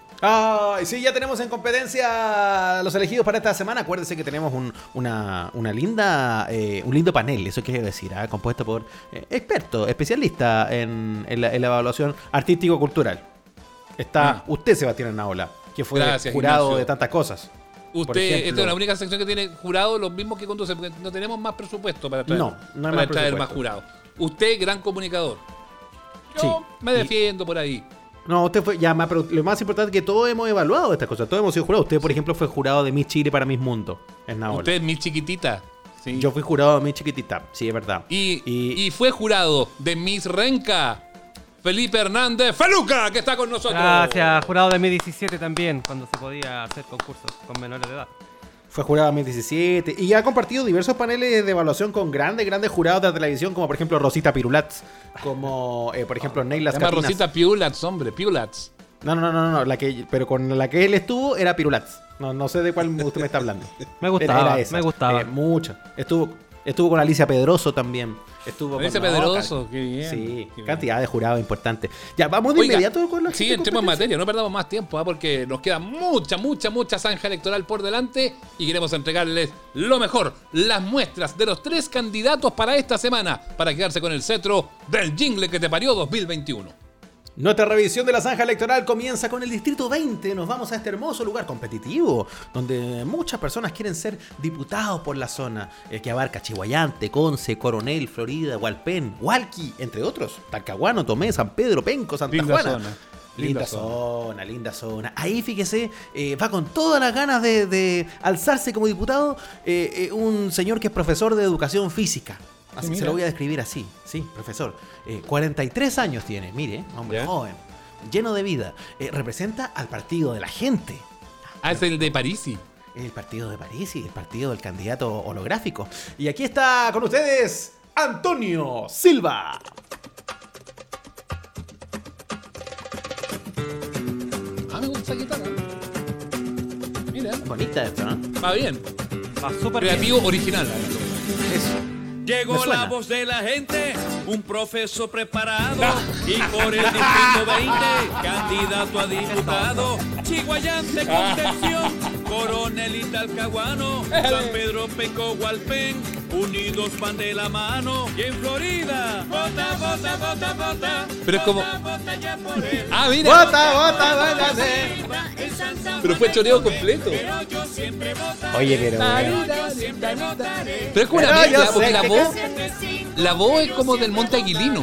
Ah, sí, ya tenemos en competencia los elegidos para esta semana. Acuérdense que tenemos un, una, una linda, eh, un lindo panel, eso quiere decir, ¿eh? compuesto por eh, expertos, especialistas en, en, la, en la evaluación artístico-cultural. Está ah. usted, Sebastián Arnaola, que fue Gracias, jurado Ignacio. de tantas cosas. Usted, ejemplo, esta es la única sección que tiene jurado, los mismos que conduce, porque no tenemos más presupuesto para traer, no, no hay para más, traer más jurados. Usted, gran comunicador. Yo sí. me defiendo y... por ahí. No, usted fue ya más, pero lo más importante es que todos hemos evaluado estas cosas, todos hemos sido jurados. Usted, por ejemplo, fue jurado de Miss Chile para Miss Mundo. En Naola. Usted es Miss Chiquitita. Sí. Yo fui jurado de Miss Chiquitita, sí, es verdad. Y, y... y fue jurado de Miss Renca, Felipe Hernández Feluca, que está con nosotros. Gracias, jurado de Miss diecisiete también, cuando se podía hacer concursos con menores de edad. Fue jurado en dos mil diecisiete y ha compartido diversos paneles de evaluación con grandes, grandes jurados de la televisión, como por ejemplo Rosita Pirulatz, como eh, por ejemplo Neylas Catinas. Rosita Pirulatz, hombre, Pirulatz. No, no, no, no, no, la que, pero con la que él estuvo era Pirulatz. No, no sé de cuál usted me está hablando. me gustaba, era, era esa. me gustaba. Eh, mucho. Estuvo, estuvo con Alicia Pedroso también. Estuvo Ese con Pedroso, no, qué bien. Sí, qué cantidad bien. de jurados importantes. Ya, vamos de Oiga, inmediato con la Sí, entremos en materia, no perdamos más tiempo, ¿eh? Porque nos queda mucha, mucha, mucha zanja electoral por delante y queremos entregarles lo mejor, las muestras de los tres candidatos para esta semana, para quedarse con el cetro del jingle que te parió dos mil veintiuno. Nuestra revisión de la zanja electoral comienza con el Distrito veinte. Nos vamos a este hermoso lugar competitivo, donde muchas personas quieren ser diputados por la zona, el que abarca Chihuayante, Conce, Coronel, Florida, Hualpén, Hualqui, entre otros, Talcahuano, Tomé, San Pedro, Penco, Santa Linda Juana. zona. Linda, Linda zona, zona. linda zona. Ahí, fíjese, eh, va con todas las ganas de, de alzarse como diputado eh, eh, un señor que es profesor de educación física. Así se lo voy a describir así, sí, profesor. Eh, cuarenta y tres años tiene, mire, hombre ¿Ya? joven, lleno de vida. Eh, representa al partido de la gente. Ah, es el de Parisi. El partido de Parisi, el partido del candidato holográfico. Y aquí está con ustedes, Antonio Silva. Ah, me gusta esa guitarra. Mira. Bonita esta, ¿no? Va bien. Va súper Creativo, bien. original. Eso. Llegó la voz de la gente, un profesor preparado y por el distrito veinte, candidato a diputado, Chihuayante, Concepción, Coronel y Talcahuano, San Pedro, Penco, Hualpén, unidos van de la mano y en Florida, vota, vota, vota, vota. Pero es como... Vota, vota ya por él. Ah, mira. Vota, vota, vota. Pero fue choreo completo. Oye, pero... Pero es como una mezcla, porque la voz... La voz es como del Monte Aguilino.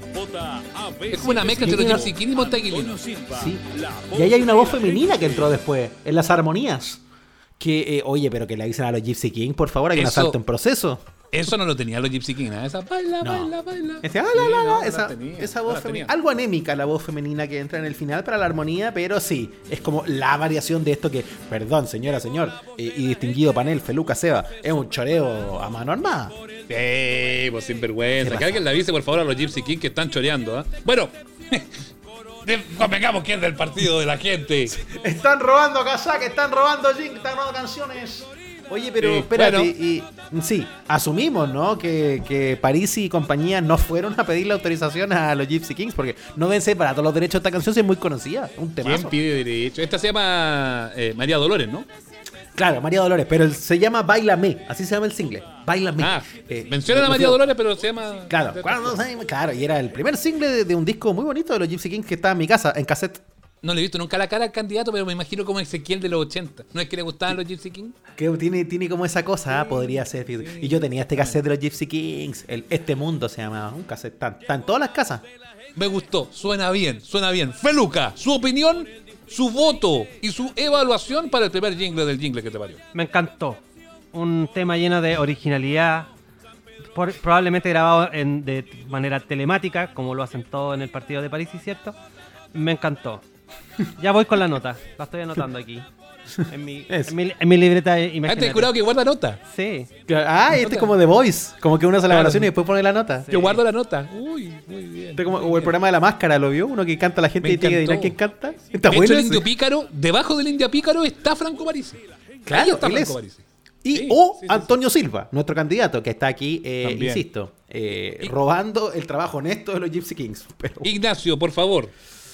Es como una mezcla entre los Gypsy King y Monte Aguilino. Sí. Y ahí hay una voz femenina que entró después, en las armonías. Que, eh, oye, pero que le dicen a los Gypsy King, por favor, hay un Eso- asalto en proceso. Eso no lo tenía los Gypsy King, ¿eh? Esa baila, No. baila, baila. Ese, ah, Sí, la, la, la, no, no esa, la tenía, esa no voz la femenina. tenía. Algo anémica la voz femenina que entra en el final para la armonía, pero sí, es como la variación de esto que, perdón, señora, señor, eh, y distinguido panel, Feluca Seba, es un choreo a mano armada. Sí, pues sinvergüenza. ¿Qué Que alguien le avise, por favor, a los Gypsy King que están choreando, ¿eh? Bueno, de- convengamos que es del partido de la gente. Están robando casaca, están robando jing, están robando canciones. Oye, pero Sí, espérate, bueno. y, y- sí, asumimos, ¿no? Que, que Parisi y compañía no fueron a pedir la autorización a los Gypsy Kings, porque no ven separados los derechos de esta canción, si es muy conocida, un ¿Quién temazo. pide derecho? Esta se llama eh, María Dolores, ¿no? Claro, María Dolores, pero el- se llama Báilame, así se llama el single, Báilame. Ah, Eh, mencionan a no María fue- Dolores, pero se llama... Claro, cuando se- claro, y era el primer single de, de un disco muy bonito de los Gypsy Kings que estaba en mi casa, en cassette. No le he visto nunca la cara al candidato, pero me imagino como Ezequiel de los ochenta. ¿No es que le gustaban los Gypsy King? Que tiene, tiene como esa cosa, ah, podría ser. Y yo tenía este cassette de los Gypsy Kings, el Este Mundo se llamaba, un cassette, está, está en todas las casas. Me gustó, suena bien, suena bien. Feluca, su opinión, su voto y su evaluación para el primer jingle del jingle que te parió. Me encantó. Un tema lleno de originalidad, por- probablemente grabado en, de manera telemática, como lo hacen todos en el partido de París, ¿cierto? Me encantó. Ya voy con la nota, la estoy anotando aquí. En mi, en mi, en mi libreta imaginaria. Ah, ten cuidado que guarda nota. Sí. Ah, este es como The Voice, como que uno hace la Claro. grabación y después pone la nota. Yo guardo la nota. Uy, muy bien. Este como, o el programa de la máscara, ¿lo vio? Uno que canta a la gente Me y tiene que adivinar encantó. quién canta. Está De bueno hecho, el ese. indio pícaro, debajo del indio pícaro está Franco Parisi. Ahí Claro, está él Franco es. Parisi. Y Sí, o sí, sí, Antonio Silva, nuestro candidato, que está aquí, eh, También. insisto, eh, robando el trabajo honesto de los Gypsy Kings. Pero... Ignacio, por favor.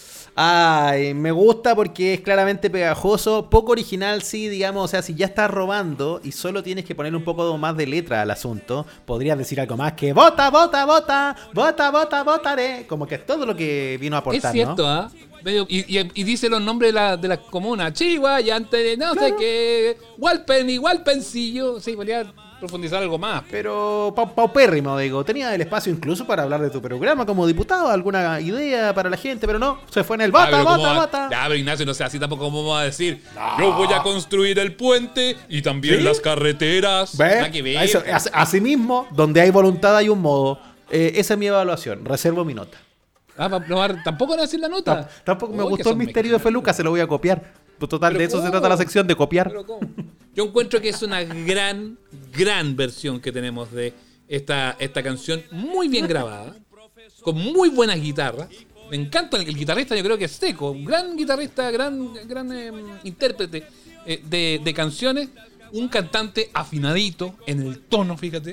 Ay, me gusta porque es claramente pegajoso, poco original, sí, digamos, o sea, si ya estás robando y solo tienes que ponerle un poco más de letra al asunto, podrías decir algo más que vota, vota, vota, vota, vota, votaré, como que es todo lo que vino a aportar, Es cierto, ¿no? ¿ah? Medio- Y, y- y dice los nombres de la, de la comuna. Chihuayante, no sé Claro. qué. Walpen y Walpencillo. Sí, podría profundizar algo más. Pero pau- paupérrimo, digo, tenía el espacio incluso para hablar de tu programa como diputado, alguna idea para la gente, pero no, se fue en el Ah, vota, pero ¿cómo vota, va- vota. Ya, pero Ignacio, no sé, así tampoco como vamos a decir. Yo voy a construir el puente y también ¿Sí? las carreteras. ¿Ves? Nada que ver. Eso, as- así mismo, donde hay voluntad hay un modo. Eh, esa es mi evaluación, reservo mi nota. Ah, para probar, tampoco van a decir la nota. Tampoco me Uy, que gustó el son misterio de Feluca, se lo voy a copiar. Total, Pero de eso se ¿cómo? trata la sección, de copiar. Pero ¿cómo? Yo encuentro que es una gran, gran versión que tenemos de esta, esta canción, muy bien grabada, con muy buenas guitarras. Me encanta el, el guitarrista, yo creo que es Seco, un gran guitarrista, gran, gran eh, intérprete eh, de, de canciones, un cantante afinadito en el tono, fíjate.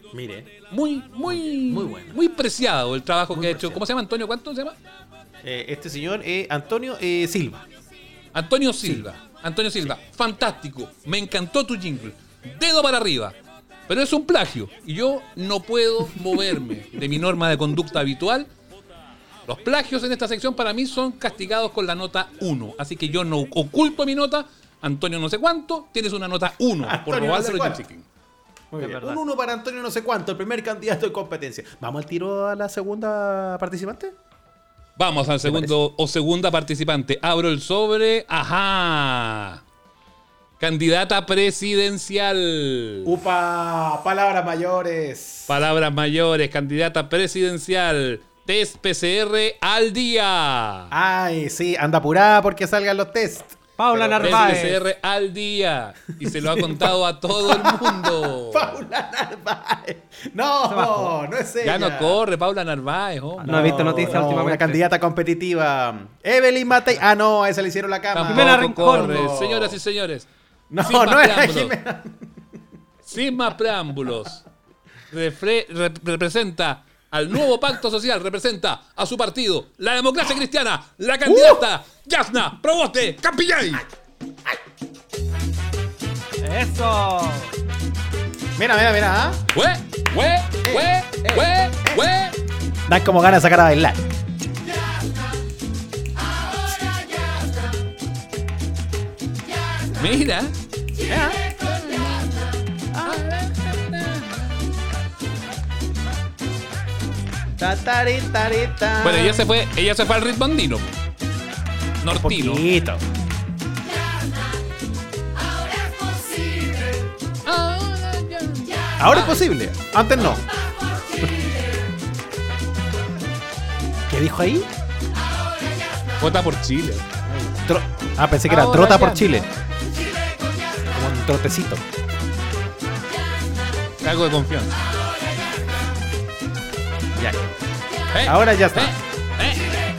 Mire. Muy, muy, muy bueno. Muy preciado el trabajo muy que ha preciado. hecho. ¿Cómo se llama, Antonio? ¿Cuánto se llama? Eh, este señor es Antonio eh, Silva. Antonio Silva. Sí. Antonio Silva. Sí. Fantástico. Me encantó tu jingle. Dedo para arriba. Pero es un plagio. Y yo no puedo moverme de mi norma de conducta habitual. Los plagios en esta sección para mí son castigados con la nota uno. Así que yo no oculto mi nota. Antonio no sé cuánto, tienes una nota uno por robarle no el sé Gypsy Muy bien. Un uno para Antonio no sé cuánto, el primer candidato en competencia. ¿Vamos al tiro a la segunda participante? Vamos al segundo o segunda participante. Abro el sobre. Ajá. Candidata presidencial. Upa, palabras mayores. Palabras mayores, candidata presidencial. Test P C R al día. Ay, sí, anda apurada porque salgan los test. Paula Narváez. P C R al día. Y se lo ha contado a todo el mundo. Paula Narváez. No, no es ella. Ya no corre, Paula Narváez. Oh. No, no he visto noticias no, últimamente. Una candidata competitiva. Evelyn Matei. Ah, no, a esa le hicieron la cama. Jimena Rincón. Corre. Señoras y señores. No, no era Jimena. Sin más preámbulos. Refre re representa al nuevo pacto social, representa a su partido, la democracia cristiana, la candidata uh. Yasna Proboste Campillay. ¡Eso! Mira, mira, mira. ¡Hue! ¡Hue! ¡Hue! ¡Hue! ¡Hue! Dan como ganas de sacar a bailar. Mira. Yeah. Bueno, ella se fue, ella se fue al ritmo andino. Nortino. Poquito. Ahora es posible. Antes no. ¿Qué dijo ahí? Vota por Chile. Tro ah, pensé que era Ahora trota ya. por Chile. Como un trotecito. Algo de confianza. Ya. Eh, Ahora ya está. Eh, eh.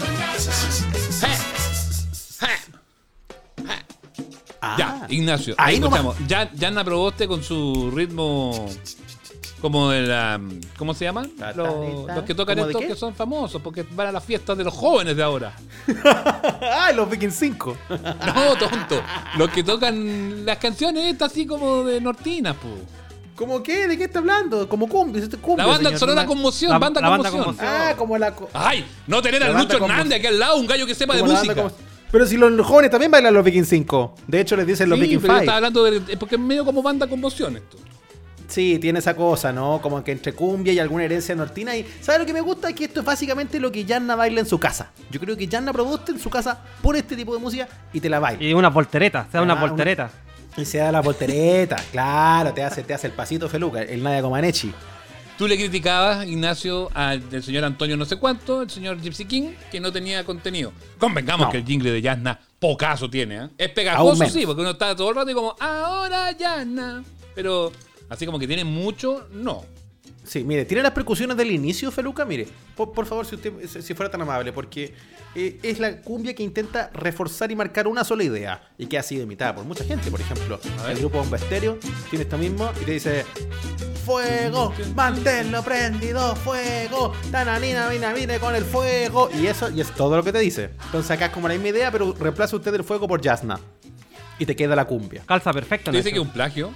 Ah. Ya, Ignacio. Ahí Ahí nomás. escuchamos. Ya, Yanna Proboste con su ritmo como de la. ¿Cómo se llaman? Ta, ta, Los, ta. los que tocan ¿Cómo de estos qué? que son famosos porque van a las fiestas de los jóvenes de ahora. ¡Ay, los Vikings cinco! No, tonto. Los que tocan las canciones estas así como de Nortina, po. ¿Cómo qué? ¿De qué está hablando? Como cumbia, cumbia La banda señor. sonora Una- conmoción, La- banda, la banda conmoción. conmoción. Ah, como la... co- Ay, no tener La a banda Lucho conmoción. Hernández aquí al lado, un gallo que sepa de como la banda música. como- Pero si los jóvenes también bailan los Vikings cinco. De hecho, les dicen los Sí, Vikings pero yo cinco. estaba hablando de. es Porque es medio como banda conmoción esto. Sí, tiene esa cosa, ¿no? Como que entre cumbia y alguna herencia nortina. Y ¿sabes lo que me gusta? Que esto es básicamente lo que Yanna baila en su casa. Yo creo que Yanna Proboste en su casa pone este tipo de música y te la baila. Y una voltereta, se da una Ah, voltereta. Y se da la voltereta, claro, te hace, te hace el pasito feluca, el Nadia Comaneci. Tú le criticabas, Ignacio, al del señor Antonio no sé cuánto, el señor Gypsy King, que no tenía contenido. Convengamos No. que el jingle de Yasna pocaso tiene, ¿eh? Es Aún pegajoso, menos. sí, porque uno está todo el rato y como, ahora Yasna. Pero así como que tiene mucho, no. Sí, mire, tiene las percusiones del inicio, Feluca, mire. Por, por favor, si usted si fuera tan amable, porque eh, es la cumbia que intenta reforzar y marcar una sola idea y que ha sido imitada por mucha gente. Por ejemplo, el grupo Bomba Estéreo tiene esto mismo y te dice: fuego, manténlo prendido, fuego, tananina, vina, vine con el fuego. Y eso, y es todo lo que te dice. Entonces acá es como la misma idea, pero reemplaza usted el fuego por Yasna. Y te queda la cumbia. Calza perfecto. ¿Usted dice que es un plagio?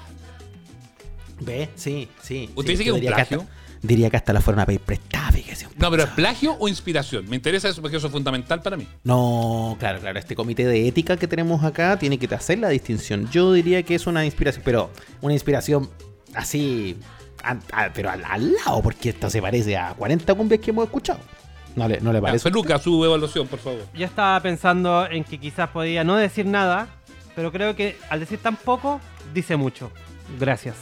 ¿Ve? Sí, sí. ¿Usted sí, dice que yo es un diría plagio? hasta- diría que hasta la fueron a pedir prestada, fíjese. No, pero ¿es plagio o inspiración? Me interesa eso porque eso es fundamental para mí. No, claro, claro. Este comité de ética que tenemos acá tiene que hacer la distinción. Yo diría que es una inspiración, pero una inspiración así, a- a- pero al, al lado, porque esto se parece a cuarenta cumbias que hemos escuchado. ¿No le, no le Ya, parece? Feluca, su evaluación, por favor. Yo estaba pensando en que quizás podía no decir nada, pero creo que al decir tan poco, dice mucho. Gracias.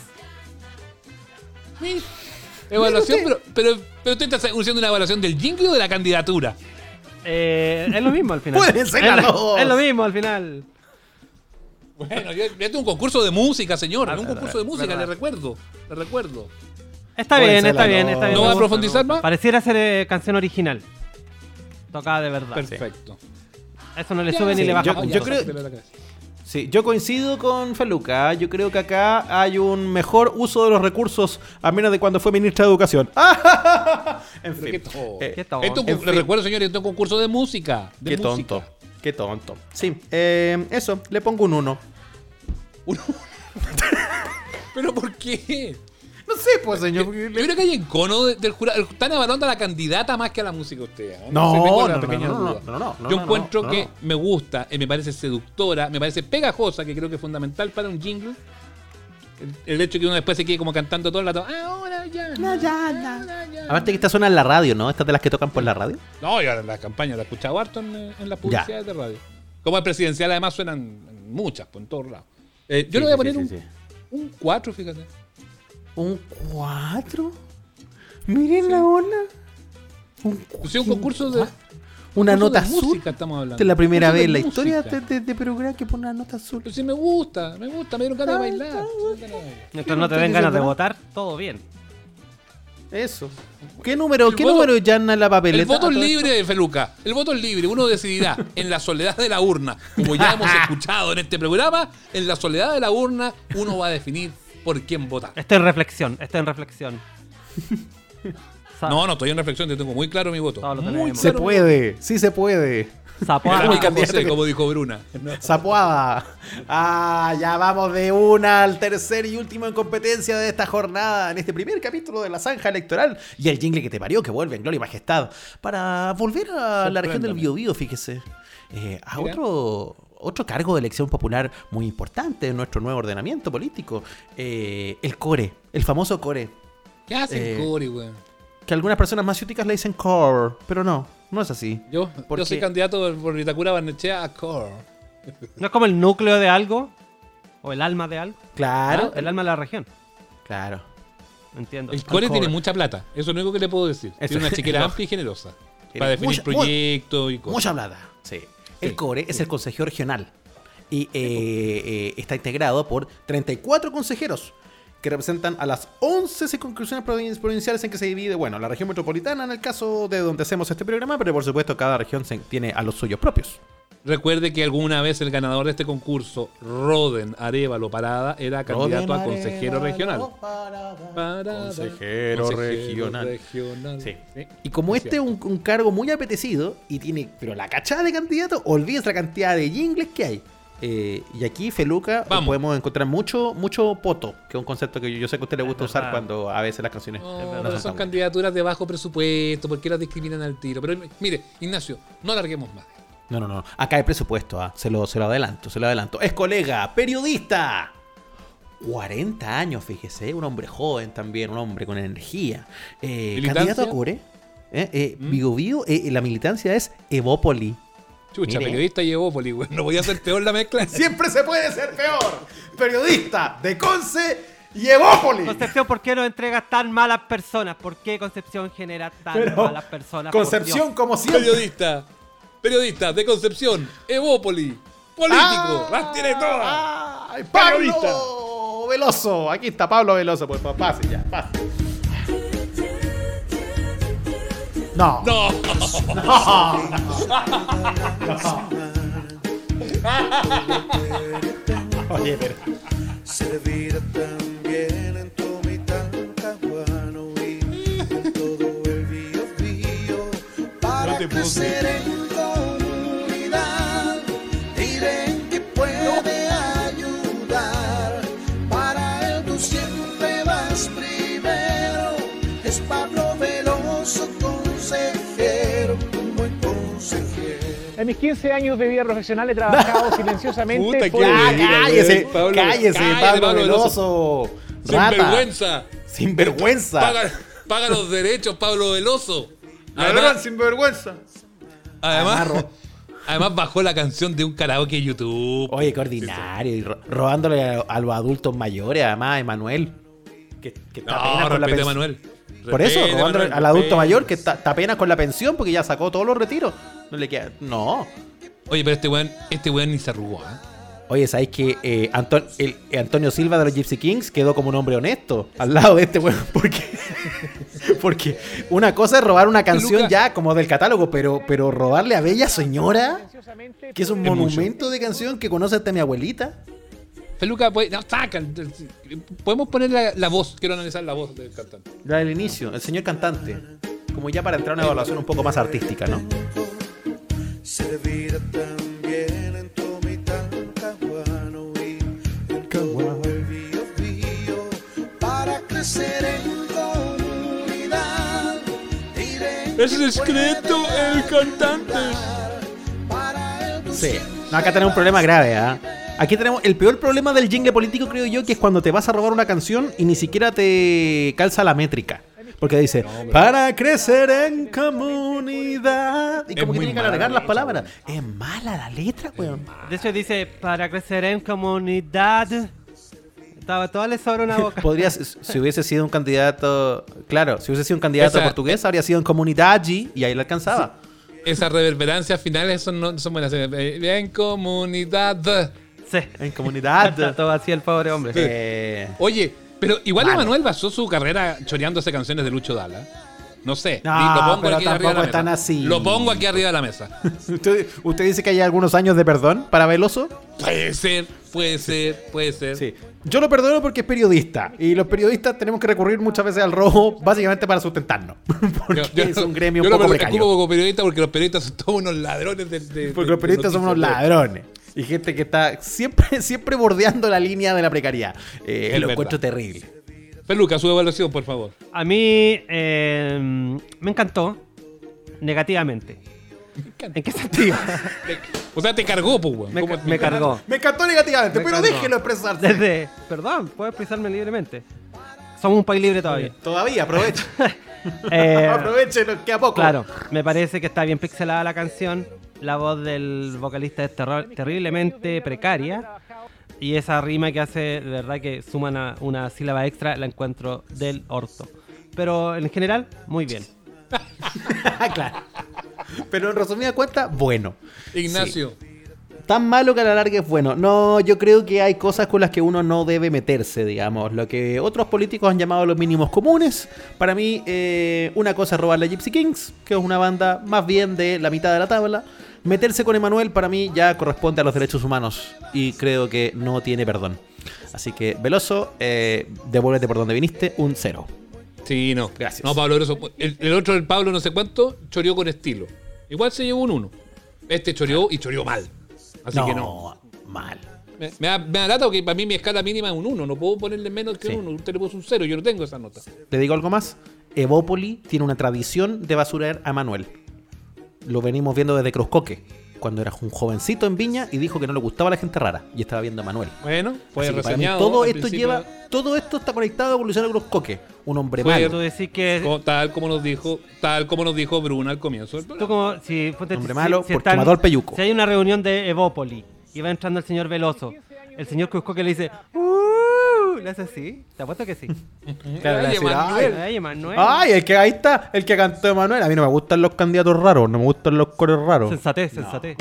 Sí. Evaluación, pero, pero, pero usted está haciendo una evaluación del jingle o de la candidatura. Eh, es lo mismo al final. Pueden ser es, las lo- dos. es lo mismo al final. Bueno, yo, este es un concurso de música, señor. Ah, es un verdad, concurso de música, verdad. le recuerdo. Le recuerdo. Está Pueden bien, ser está las bien, dos. está bien. ¿No me va a gusta, profundizar me gusta. más? Pareciera ser eh, canción original. Tocada de verdad. Perfecto. Eso no le Ya, sube sí, ni le baja yo- puntos. yo creo- Sí, yo coincido con Feluca. Yo creo que acá hay un mejor uso de los recursos, a menos de cuando fue ministra de Educación. En fin. Qué tonto. Eh, Qué tonto. en Esto, fin. les recuerdo, señores, esto es un concurso de música. De Qué música. tonto. Qué tonto. Sí, eh, eso, le pongo un uno. ¿Pero por qué? No sé, pues, señor. Yo, yo creo que hay encono de- del jurado. Están evaluando a la candidata más que a la música ustedes. ¿eh? No, Sé, tengo la no, no, pequeña no, no, duda. no, no, no, Yo no, encuentro no, que no. me gusta, eh, me parece seductora, me parece pegajosa, que creo que es fundamental para un jingle. El, el hecho de que uno después se quede como cantando todo el rato. Ahora ya. No, ya, ya. Aparte que esta suena en la radio, ¿no? Estas de las que tocan por la radio. No, yo en las campañas la he escuchado harto en, en las publicidades de radio. Como el presidencial, además suenan en muchas, por en todos lados. Eh, yo Sí, le voy a sí, poner sí, un, sí, sí. un cuatro, fíjate. ¿Un cuatro? Miren la onda. Un, Sí, un concurso de. Una concurso nota de azul. música estamos hablando. Esta es la primera Concurso vez en la de historia música. de, de, de Perú que pone una nota azul. Pero sí me gusta, me gusta, me dieron ganas de bailar. Mientras no te den ganas de votar, todo bien. Eso. ¿Qué número, El ¿qué voto- número ya en la papeleta? El voto es a todo libre, Feluca. El voto es libre. Uno decidirá en la soledad de la urna. Como ya hemos escuchado en este programa, en la soledad de la urna uno va a definir por quién votar. Estoy en reflexión, estoy en reflexión. No, no estoy en reflexión, yo tengo muy claro mi voto. Todo lo Muy tenemos. Se claro. puede, sí se puede. Zapuada. El amigo candidato José, que- como dijo Bruna. No. Zapuada. Ah, ya vamos de una al tercer y último en competencia de esta jornada, en este primer capítulo de la zanja electoral. Y el jingle que te parió, que vuelve en gloria y majestad. Para volver a la región del Sorpréndame. Biobío, fíjese. Eh, a Mira. otro, otro cargo de elección popular muy importante en nuestro nuevo ordenamiento político. Eh, el core, el famoso core. ¿Qué hace el Eh, Cori, weón? Que algunas personas maciúticas le dicen core, pero no, no es así. Yo, porque- yo soy candidato por Vitacura Barnechea a Core. ¿No es como el núcleo de algo? ¿O el alma de algo? Claro. ¿Ah? El alma de la región. Claro. Entiendo. El Core Core. tiene mucha plata. Eso es lo único que le puedo decir. Eso- Tiene una chequera no. amplia y generosa. Tiene Para definir mucha- proyectos y cosas. Mucha plata. Sí. El Sí, core es sí. el consejo regional y eh, eh, está integrado por treinta y cuatro consejeros que representan a las once circunscripciones provin- provinciales en que se divide, bueno, la región metropolitana en el caso de donde hacemos este programa, pero por supuesto cada región se- tiene a los suyos propios. Recuerde que alguna vez el ganador de este concurso, Roden Arevalo Parada, era candidato a consejero regional. Parada, Consejero regional. regional. Sí. Sí. Y como Es este es un, un cargo muy apetecido y tiene, pero la cachada de candidatos, olvídense la cantidad de jingles que hay. Eh, y aquí, Feluca, Vamos. podemos encontrar mucho mucho poto, que es un concepto que yo, yo sé que a usted le gusta Es usar verdad. cuando a veces las canciones No, no pero son son tan buenas. candidaturas de bajo presupuesto, ¿por qué las discriminan al tiro? Pero mire, Ignacio, no alarguemos más. No, no, no. Acá hay presupuesto, ah, se, lo, se lo adelanto, se lo adelanto. Es colega, periodista. cuarenta años, fíjese, un hombre joven también, un hombre con energía. Eh, ¿Militancia? candidato a Core. Eh, eh, Bio Bio, eh, la militancia es Evópoli. Chucha, Mire. periodista y Evópoli, güey. No voy a hacer peor la mezcla. Siempre se puede ser peor. Periodista de Conce y Evópoli. Concepción, ¿por qué nos entregas tan malas personas? ¿Por qué Concepción genera tan Pero, malas personas? Por Concepción, Dios. como siempre. Periodista. Periodista de Concepción, Evópoli, político, Ah, las tiene todas. ¡Ay, Pablo Veloso! Aquí está Pablo Veloso, pues pa- pase ya, pase. No. No. No. Oye, pero. Servir también en Tomitán, Caguano y en todo el Bío Bío para No te puedo crecer en comunidad. Diré que puede ayudar. Para él tú siempre vas primero. Es Pablo Veloso, consejero, un buen consejero. En mis quince años de vida profesional he trabajado silenciosamente. Puta, por- qué Ah, mentira, cállese, güey. Pablo- cállese, cállate, Pablo, Pablo Veloso. Rata. Sinvergüenza. Sinvergüenza. Paga, paga los derechos, Pablo Veloso. Ladrón, Además, sinvergüenza. además, Además, además bajó la canción de un karaoke de YouTube. Oye, qué ordinario. Y ro- robándole a, a los adultos mayores, además, a Emanuel. Que, que está apenas No, con la respete a pens- Manuel. Por eso, Respete, robándole Manuel, al adulto respete. mayor que está, está apenas con la pensión porque ya sacó todos los retiros. No le queda. No. Oye, pero este weón, este weón ni se arrugó, ¿eh? Oye, ¿sabéis que eh, Anton- el, eh, Antonio Silva de los Gypsy Kings quedó como un hombre honesto al lado de este weón? Porque Porque una cosa es robar una canción Lucas. ya como del catálogo, pero, pero robarle a Bella Señora, que es un Es monumento de canción que conoce hasta mi abuelita. Feluca, pues, no, saca. Podemos poner la, la voz. Quiero analizar la voz del cantante. La del inicio, el señor cantante. Como ya para entrar a una evaluación un poco más artística, ¿no? Servir también en Tomitán, Caguano y en todo el Bío Bío, para crecer en comunidad. Es discreto el cantante. Sí. No, acá tenemos un problema grave, ¿ah? ¿eh? Aquí tenemos el peor problema del jingle político, creo yo, que es cuando te vas a robar una canción y ni siquiera te calza la métrica. Porque dice, no, para crecer en comunidad. Y como que tiene que alargar las palabras. Es mala la letra, weón. De hecho dice, para crecer en comunidad. Estaba toda le sobra una boca. Podría, si hubiese sido un candidato, claro, si hubiese sido un candidato Esa, portugués, habría sido en comunidad y ahí le alcanzaba. Sí. Esas reverberancias finales son, no, son buenas. En comunidad. Sí. En comunidad. Todo así el pobre hombre. Sí. Eh... Oye, pero igual Vale. Emanuel basó su carrera choreándose canciones de Lucho Dalla. No sé. No, lo pongo pero aquí arriba de la tampoco están mesa. así. Lo pongo aquí arriba de la mesa. ¿Usted, ¿Usted dice que hay algunos años de perdón para Veloso? Puede ser, puede ser, puede ser. Sí. Yo lo perdono porque es periodista. Y los periodistas tenemos que recurrir muchas veces al robo, básicamente para sustentarnos. Porque yo, yo, es un gremio yo un poco lo precario. como periodista porque los periodistas son todos unos ladrones de, de Porque los periodistas son unos ladrones. Y gente que está siempre, siempre bordeando la línea de la precariedad. Eh, lo verdad. encuentro terrible. Feluca, su evaluación, por favor. A mí eh, me encantó negativamente. ¿En qué sentido? O sea, te cargó, pues, weón. Me, me cargó. Me encantó negativamente, Me pero cargó. déjelo expresarse. Desde, perdón, puedo expresarme libremente. Somos un país libre todavía. Todavía, aprovecha. eh, Aproveche, nos queda poco. Claro, me parece que está bien pixelada la canción. La voz del vocalista es terror, terriblemente precaria. Y esa rima que hace, de verdad que suma una, una sílaba extra, la encuentro del orto. Pero en general, muy bien. Claro. Pero en resumida cuenta, bueno. Ignacio. Sí. Tan malo que a la larga es bueno. No, yo creo que hay cosas con las que uno no debe meterse, digamos. Lo que otros políticos han llamado los mínimos comunes. Para mí, eh, una cosa es robarle a Gypsy Kings, que es una banda más bien de la mitad de la tabla. Meterse con Emanuel para mí ya corresponde a los derechos humanos y creo que no tiene perdón. Así que, Veloso, eh, devuélvete por donde viniste, un cero. Sí, no. Gracias. No, Pablo Grosso. El, el otro, el Pablo no sé cuánto, choreó con estilo. Igual se llevó un uno. Este choreó y choreó mal. Así no, que no. mal. Me, me da, me da lata porque para mí mi escala mínima es un uno. No puedo ponerle menos que Sí. un uno. Usted le puso un cero. Yo no tengo esa nota. ¿Le digo algo más? Evópoli tiene una tradición de basurar a Manuel. Lo venimos viendo desde Cruzcoque, cuando era un jovencito en Viña y dijo que no le gustaba la gente rara y estaba viendo a Manuel. Bueno, fue Así que para mí reseñado. todo al esto principio. lleva, todo esto está conectado con Luciano Cruzcoque, un hombre Fue- malo. Tú decís que... Co- Tal como nos dijo, tal como nos dijo Bruna al comienzo del Tú programa. como... Si, ponte- Hombre si- malo si porque están- mató al peyuco. Si hay una reunión de Evópoli y va entrando el señor Veloso, el señor Cusco que le dice... "Uh", ¿le hace así? Te apuesto que sí. Claro, le Ay, decía, Emanuel. ay, Ay, Emanuel. ay, el que ahí está, el que cantó Emanuel. A mí no me gustan los candidatos raros, no me gustan los coros raros. Sensatez, sensatez.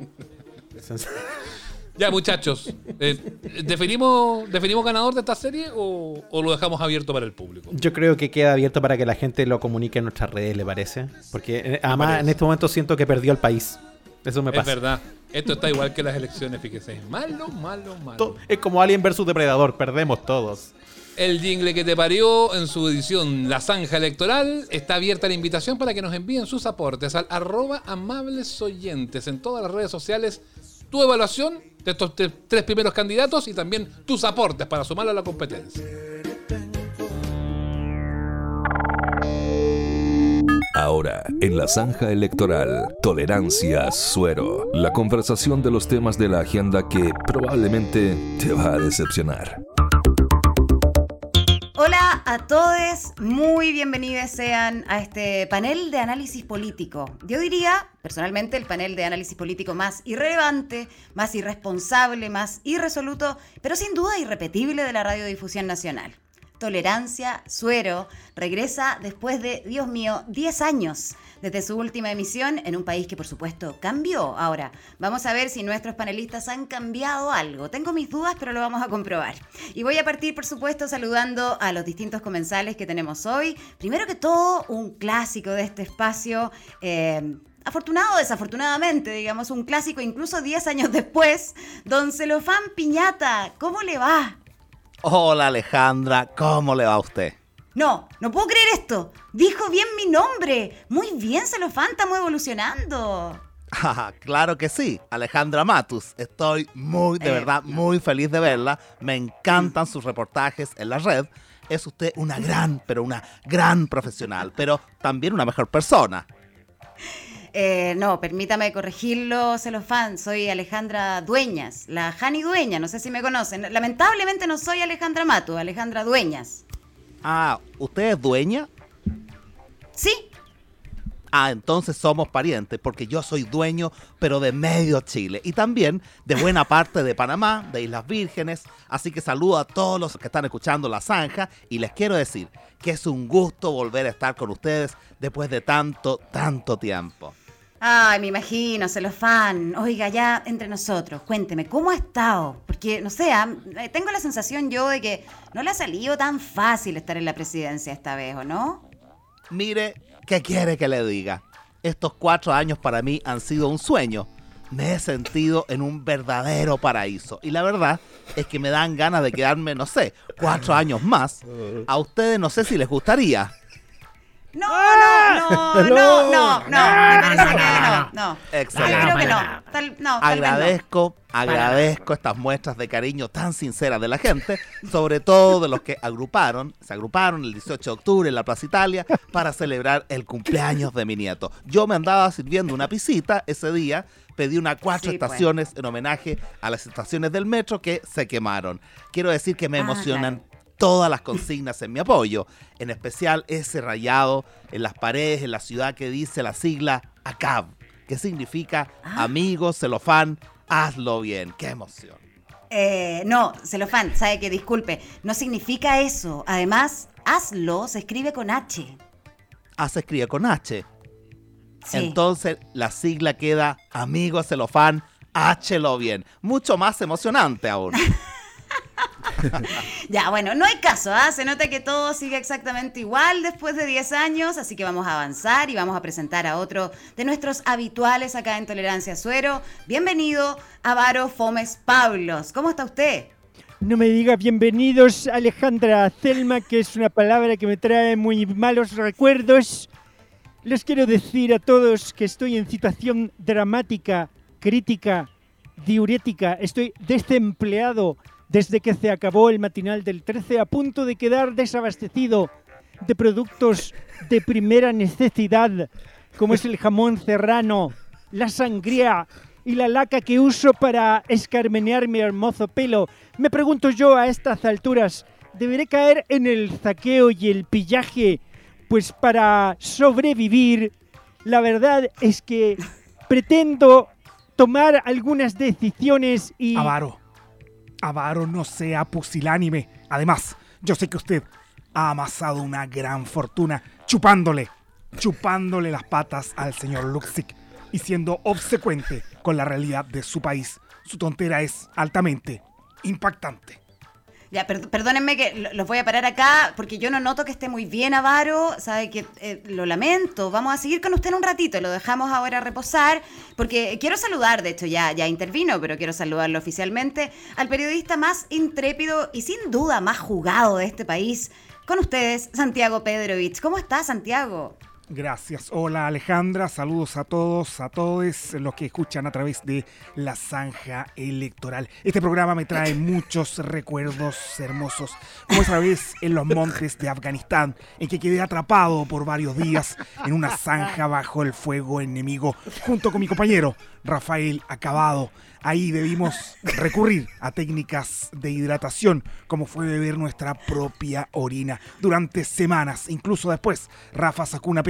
Ya, muchachos. eh, ¿definimos, ¿Definimos ganador de esta serie o, o lo dejamos abierto para el público? Yo creo que queda abierto para que la gente lo comunique en nuestras redes, ¿le parece? Porque eh, además parece. en este momento siento que perdió el país. Eso me Es pasa. verdad. Esto está igual que las elecciones, fíjese. Malo, malo, malo. To- Es como Alien versus Depredador, perdemos todos. El jingle que te parió en su edición La Zanja Electoral. Está abierta la invitación para que nos envíen sus aportes al arroba amables oyentes en todas las redes sociales. Tu evaluación de estos te- tres primeros candidatos y también tus aportes para sumarlo a la competencia. Ahora, en la Zanja Electoral, tolerancia, suero. La conversación de los temas de la agenda que probablemente te va a decepcionar. Hola a todos, muy bienvenidos sean a este panel de análisis político. Yo diría, personalmente, el panel de análisis político más irrelevante, más irresponsable, más irresoluto, pero sin duda irrepetible de la radiodifusión nacional. Tolerancia Suero regresa después de, Dios mío, diez años desde su última emisión en un país que por supuesto cambió. Ahora, vamos a ver si nuestros panelistas han cambiado algo. Tengo mis dudas, pero lo vamos a comprobar. Y voy a partir, por supuesto, saludando a los distintos comensales que tenemos hoy. Primero que todo, un clásico de este espacio, eh, afortunado o desafortunadamente, digamos, un clásico incluso diez años después, don Celofán Piñata, ¿cómo le va? Hola Alejandra, ¿cómo le va a usted? No, no puedo creer esto. Dijo bien mi nombre. Muy bien, Celofán, estamos evolucionando. Claro que sí, Alejandra Matus. Estoy muy, de eh, verdad, no. muy feliz de verla. Me encantan sus reportajes en la red. Es usted una gran, pero una gran profesional, pero también una mejor persona. Eh, no, permítame corregirlo, Celofán. Soy Alejandra Dueñas, la Jani Dueña, no sé si me conocen. Lamentablemente no soy Alejandra Matus, Alejandra Dueñas. Ah, ¿usted es dueña? Sí. Ah, entonces somos parientes, porque yo soy dueño, pero de medio Chile. Y también de buena parte de Panamá, de Islas Vírgenes. Así que saludo a todos los que están escuchando La Zanja. Y les quiero decir que es un gusto volver a estar con ustedes después de tanto, tanto tiempo. Ay, me imagino, Celofán. Oiga, ya entre nosotros, cuénteme, ¿cómo ha estado? Porque, no sé, tengo la sensación yo de que no le ha salido tan fácil estar en la presidencia esta vez, ¿o no? Mire, ¿qué quiere que le diga? Estos cuatro años para mí han sido un sueño. Me he sentido en un verdadero paraíso. Y la verdad es que me dan ganas de quedarme, no sé, cuatro años más. A ustedes no sé si les gustaría. No, no, no, no, no, no, me parece que no, no. Excelente. Creo que no. Tal, no agradezco, no. agradezco estas muestras de cariño tan sinceras de la gente, sobre todo de los que agruparon, se agruparon el dieciocho de octubre en la Plaza Italia para celebrar el cumpleaños de mi nieto. Yo me andaba sirviendo una pisita ese día, pedí unas cuatro sí, estaciones pues. en homenaje a las estaciones del metro que se quemaron. Quiero decir que me emocionan. Ah, claro. Todas las consignas en mi apoyo, en especial ese rayado en las paredes en la ciudad que dice la sigla A C A B, que significa ah. amigo, Celofán, hazlo bien. ¡Qué emoción! Eh, no, Celofán, sabe que disculpe, no significa eso. Además, hazlo se escribe con H. Ah, se escribe con H. Sí. Entonces la sigla queda amigo, Celofán, háchelo bien. Mucho más emocionante aún. Ya, bueno, no hay caso, ¿ah? Se nota que todo sigue exactamente igual después de diez años, así que vamos a avanzar y vamos a presentar a otro de nuestros habituales acá en Tolerancia Suero. Bienvenido, Avaro Fomes Pablos. ¿Cómo está usted? No me diga bienvenidos, Alejandra Thelma, que es una palabra que me trae muy malos recuerdos. Les quiero decir a todos que estoy en situación dramática, crítica, diurética. Estoy desempleado desde que se acabó el matinal del trece, a punto de quedar desabastecido de productos de primera necesidad, como es el jamón serrano, la sangría y la laca que uso para escarmenear mi hermoso pelo. Me pregunto yo a estas alturas, ¿deberé caer en el saqueo y el pillaje? Pues para sobrevivir, la verdad es que pretendo tomar algunas decisiones y... Avaro. Avaro, no sea pusilánime. Además, yo sé que usted ha amasado una gran fortuna chupándole, chupándole las patas al señor Luksic y siendo obsecuente con la realidad de su país. Su tontera es altamente impactante. Ya, per- perdónenme que los voy a parar acá porque yo no noto que esté muy bien, Avaro. Sabe que eh, lo lamento. Vamos a seguir con usted en un ratito. Lo dejamos ahora reposar porque quiero saludar, de hecho ya, ya intervino, pero quiero saludarlo oficialmente, al periodista más intrépido y sin duda más jugado de este país. Con ustedes, Santiago Pedrovich. ¿Cómo está, Santiago? Gracias. Hola, Alejandra. Saludos a todos, a todos los que escuchan a través de La Zanja Electoral. Este programa me trae muchos recuerdos hermosos, como esa vez en los montes de Afganistán, en que quedé atrapado por varios días en una zanja bajo el fuego enemigo, junto con mi compañero Rafael Acabado. Ahí debimos recurrir a técnicas de hidratación, como fue beber nuestra propia orina durante semanas. Incluso después, Rafa sacó una petanca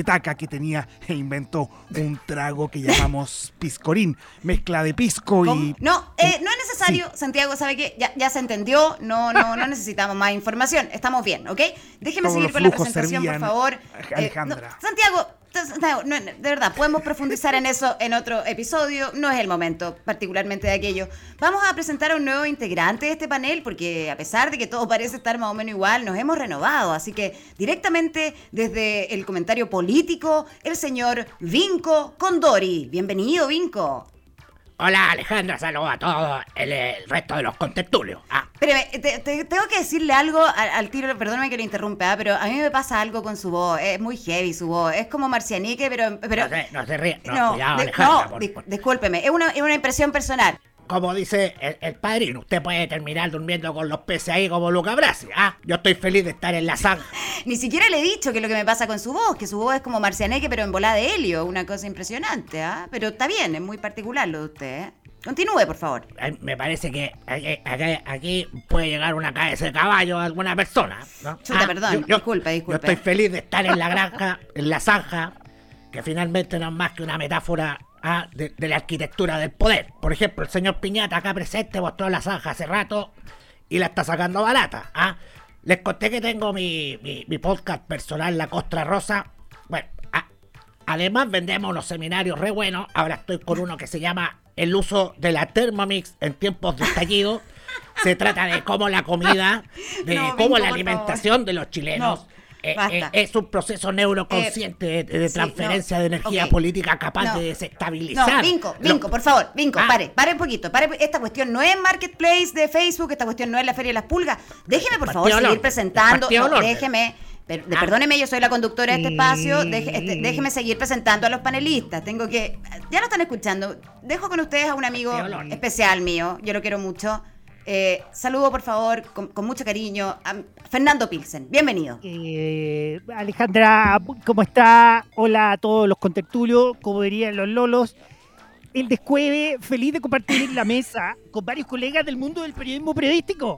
petaca que tenía e inventó un trago que llamamos piscorín, mezcla de pisco ¿Cómo? y... No, eh, no es necesario, sí. Santiago, ¿sabe qué? Ya, ya se entendió, no, no, no necesitamos más información, estamos bien, ¿ok? Déjeme Todos seguir los con la flujos presentación, por servían, favor. Alejandra. Eh, no, Santiago, Santiago, no, de verdad, podemos profundizar en eso en otro episodio, no es el momento, particularmente de aquello. Vamos a presentar a un nuevo integrante de este panel, porque a pesar de que todo parece estar más o menos igual, nos hemos renovado, así que directamente desde el comentario político, el señor Vinco Condori. Bienvenido, Vinco. Hola, Alejandra, saludos a todos el, el resto de los contertulios. Ah. Espérame, te, te, tengo que decirle algo al, al tiro, perdóname que lo interrumpa, pero a mí me pasa algo con su voz, es muy heavy su voz, es como marcianique, pero... pero no se, no se ríe, no, no, cuidado, de, Alejandra. No, por, di, por. discúlpeme, es una, es una impresión personal. Como dice el, el padrino, usted puede terminar durmiendo con los peces ahí como Luca Brasi. Ah, yo estoy feliz de estar en la zanja. Ni siquiera le he dicho que es lo que me pasa con su voz, que su voz es como marcianeque, pero en bola de helio, una cosa impresionante, ¿ah? Pero está bien, es muy particular lo de usted, ¿eh? Continúe, por favor. Me parece que aquí, aquí, aquí puede llegar una cabeza de caballo a alguna persona, ¿no? Chuta, ah, perdón, yo, yo, disculpe, disculpe. Yo estoy feliz de estar en la granja, en la zanja, que finalmente no es más que una metáfora ah, de, de la arquitectura del poder. Por ejemplo, el señor Piñata acá presente mostró la zanja hace rato y la está sacando barata. ¿ah? Les conté que tengo mi, mi, mi podcast personal, La Costra Rosa. Bueno, a, además vendemos unos seminarios re buenos. Ahora estoy con uno que se llama El uso de la Thermomix en tiempos de estallido. Se trata de cómo la comida, de no, cómo Vinco, la alimentación favor. de los chilenos No, eh, eh, es un proceso neuroconsciente eh, de, de transferencia sí, no, de energía okay. política capaz no, de desestabilizar. No, Vinco, Vinco, por favor, Vinco, ah. pare, pare un poquito, pare, esta cuestión no es Marketplace de Facebook, esta cuestión no es la Feria de las Pulgas. Déjeme, por favor, seguir presentando, no, déjeme... Per, ah. Perdóneme, yo soy la conductora de este espacio. Deje, este, déjeme seguir presentando a los panelistas. Tengo que... Ya lo están escuchando. Dejo con ustedes a un amigo especial mío. Yo lo quiero mucho. Eh, saludo, por favor, con, con mucho cariño, a Fernando Pilsen. Bienvenido. Eh, Alejandra, ¿cómo está? Hola a todos los contertulios, como dirían los lolos. El Descueve, feliz de compartir la mesa con varios colegas del mundo del periodismo periodístico.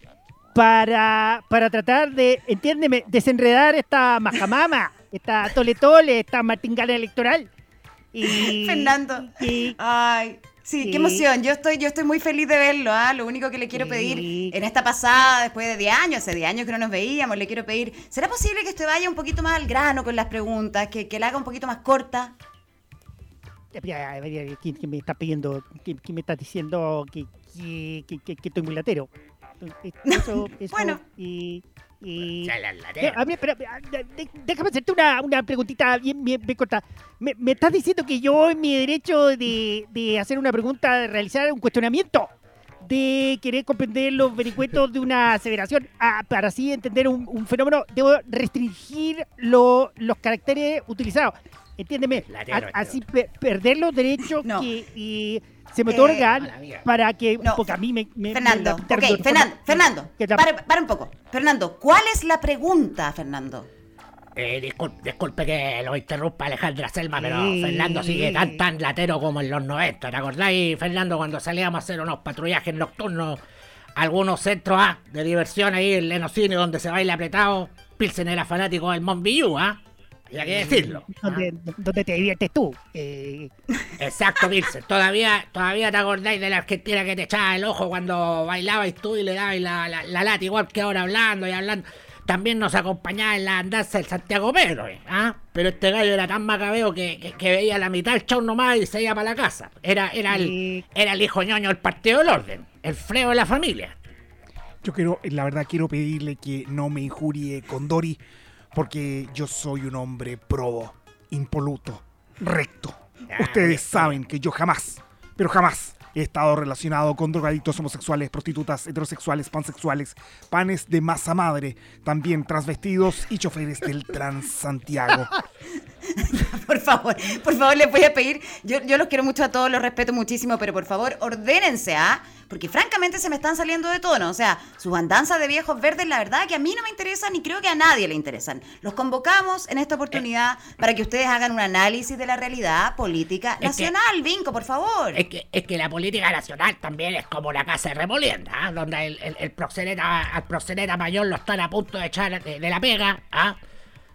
Para, para tratar de, entiéndeme, desenredar esta majamama, esta tole tole, esta martingala electoral. Y, Fernando, y, ay, sí, y, qué emoción. Yo estoy, yo estoy muy feliz de verlo. ¿ah? Lo único que le quiero pedir y, en esta pasada, después de diez años, hace diez años que no nos veíamos, le quiero pedir, ¿será posible que usted vaya un poquito más al grano con las preguntas, que, que la haga un poquito más corta? ¿Quién me está pidiendo? ¿Quién me está diciendo que, que, que, que, que estoy muy latero? Eso, eso, bueno y, y de, a ver, pero, de, déjame hacerte una, una preguntita bien, bien, bien corta. ¿Me, ¿Me estás diciendo que yo en mi derecho de, de hacer una pregunta, de realizar un cuestionamiento, de querer comprender los vericuetos de una aseveración ah, para así entender un, un fenómeno, debo restringir lo, los caracteres utilizados? Entiéndeme, a, así pe, perder los derechos no. que y, se me otorgan eh, para que no, porque a mí me... me Fernando, me ok, Fernando, Fernando, para, para un poco. Fernando, ¿cuál es la pregunta, Fernando? Eh, disculpe, disculpe que lo interrumpa Alejandra Selma, pero sí. Fernando sigue tan tan latero como en los noventa. ¿Te acordáis, Fernando, cuando salíamos a hacer unos patrullajes nocturnos, algunos centros ah, de diversión ahí en Lenocine donde se baila apretado? Pilsen era fanático del Monbillú, ¿ah? Y hay que decirlo. ¿Dónde, ¿ah? ¿Dónde te diviertes tú? Eh... Exacto, Pilsen. ¿Todavía, ¿Todavía te acordáis de la Argentina que te echaba el ojo cuando bailabais tú y le dabais la, la, la lata, igual que ahora hablando y hablando? También nos acompañaba en la andanza del Santiago Pedro, ¿ah? Pero este gallo era tan macabeo que, que, que veía la mitad del show nomás y se iba para la casa. Era, era, el, era el hijo ñoño del Partido del Orden, el freo de la familia. Yo quiero, la verdad, quiero pedirle que no me injurie Condori, porque yo soy un hombre probo, impoluto, recto. Ah, Ustedes saben que yo jamás, pero jamás he estado relacionado con drogadictos, homosexuales, prostitutas, heterosexuales, pansexuales, panes de masa madre, también transvestidos y choferes del Transantiago. Por favor, por favor les voy a pedir, yo, yo los quiero mucho a todos, los respeto muchísimo, pero por favor ordénense, ¿ah? Porque francamente se me están saliendo de tono, o sea, sus andanzas de viejos verdes, la verdad que a mí no me interesan ni creo que a nadie le interesan. Los convocamos en esta oportunidad eh, para que ustedes hagan un análisis de la realidad política nacional, que, Vinco, por favor. Es que, es que la política nacional también es como la casa de remolienda, ¿ah? Donde el, el, el proxeneta, al proxeneta mayor lo están a punto de echar de, de la pega, ¿ah?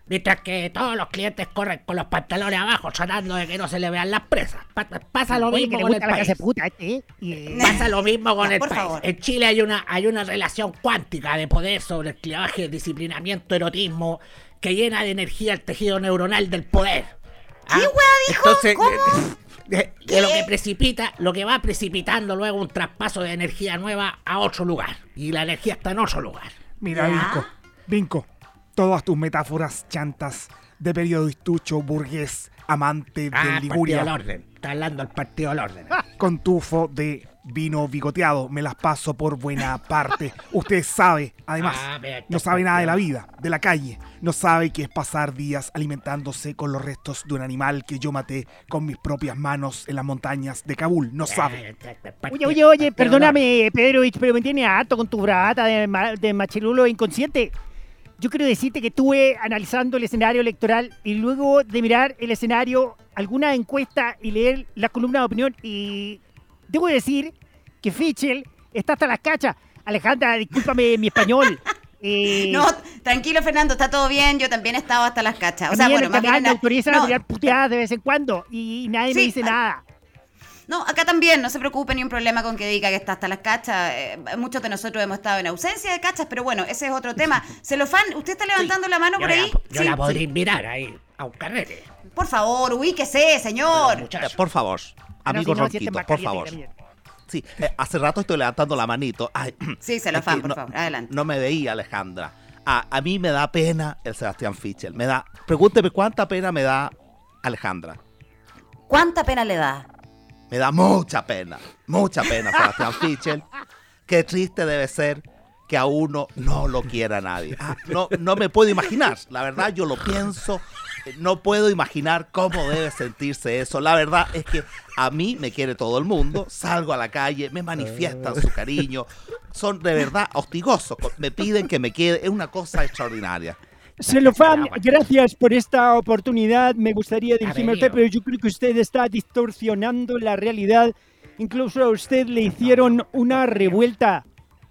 Mientras que todos los clientes corren con los pantalones abajo tratando de que no se le vean las presas. Pa- pasa lo Oye, mismo que le con el gusta la país. casa de puta este, ¿eh? Pasa lo mismo con Ya, el por país. favor. En Chile hay una, hay una relación cuántica de poder sobre el clivaje, disciplinamiento, erotismo, que llena de energía el tejido neuronal del poder. ¿Ah? ¿Qué hueá dijo? Entonces, ¿Cómo? de, de- de lo que precipita, lo que va precipitando luego un traspaso de energía nueva a otro lugar. Y la energía está en otro lugar. Mira, Vinco, Vinco, todas tus metáforas chantas de periodistucho burgués amante Ah, de el Liguria, Partido del Orden. Está hablando del Partido del Orden. con tufo de vino bigoteado, me las paso por buena parte. Usted sabe, además, Ah, pero no sabe nada de la vida, de la calle. No sabe qué es pasar días alimentándose con los restos de un animal que yo maté con mis propias manos en las montañas de Kabul. No sabe. Oye, oye, oye, perdóname, Pedrovich, pero me tiene harto con tu brata de, ma- de machirulo inconsciente. Yo quiero decirte que estuve analizando el escenario electoral y luego de mirar el escenario, alguna encuesta y leer la columna de opinión, y debo decir que Fichel está hasta las cachas. Alejandra, discúlpame mi español. Eh, No, tranquilo, Fernando, está todo bien. Yo también he estado hasta las cachas. O sea, también bueno, el más bien canal me en- autorizan a no, tirar puteadas de vez en cuando y nadie me Sí, dice ah, nada. No, acá también, no se preocupe, ni un problema con que diga que está hasta las cachas. Eh, muchos de nosotros hemos estado en ausencia de cachas, pero bueno, ese es otro tema. Celofán, ¿usted está levantando la mano Yo por la, ahí? yo Sí, la podría sí. invitar ahí a un carrete. Por favor, ubíquese, señor. Eh, por favor, amigo no, si este Ronquito, más por cállate, favor. también. Sí, eh, hace rato estoy levantando la manito. Ay, Sí, es Celofán, que por no, favor, adelante. No me veía, Alejandra. A, a mí me da pena el Sebastián Fichel. Me da, pregúnteme cuánta pena me da Alejandra. ¿Cuánta pena le da? Me da mucha pena, mucha pena Sebastián Fichel. Qué triste debe ser que a uno no lo quiera nadie. Ah, no, no me puedo imaginar, la verdad yo lo pienso, eh, no puedo imaginar cómo debe sentirse eso. La verdad es que a mí me quiere todo el mundo, salgo a la calle, me manifiestan su cariño, son de verdad hostigosos, me piden que me quede, es una cosa extraordinaria. Celofán, gracias por esta oportunidad. Me gustaría dirigirme a usted, venido. pero yo creo que usted está distorsionando la realidad. Incluso a usted le hicieron una revuelta.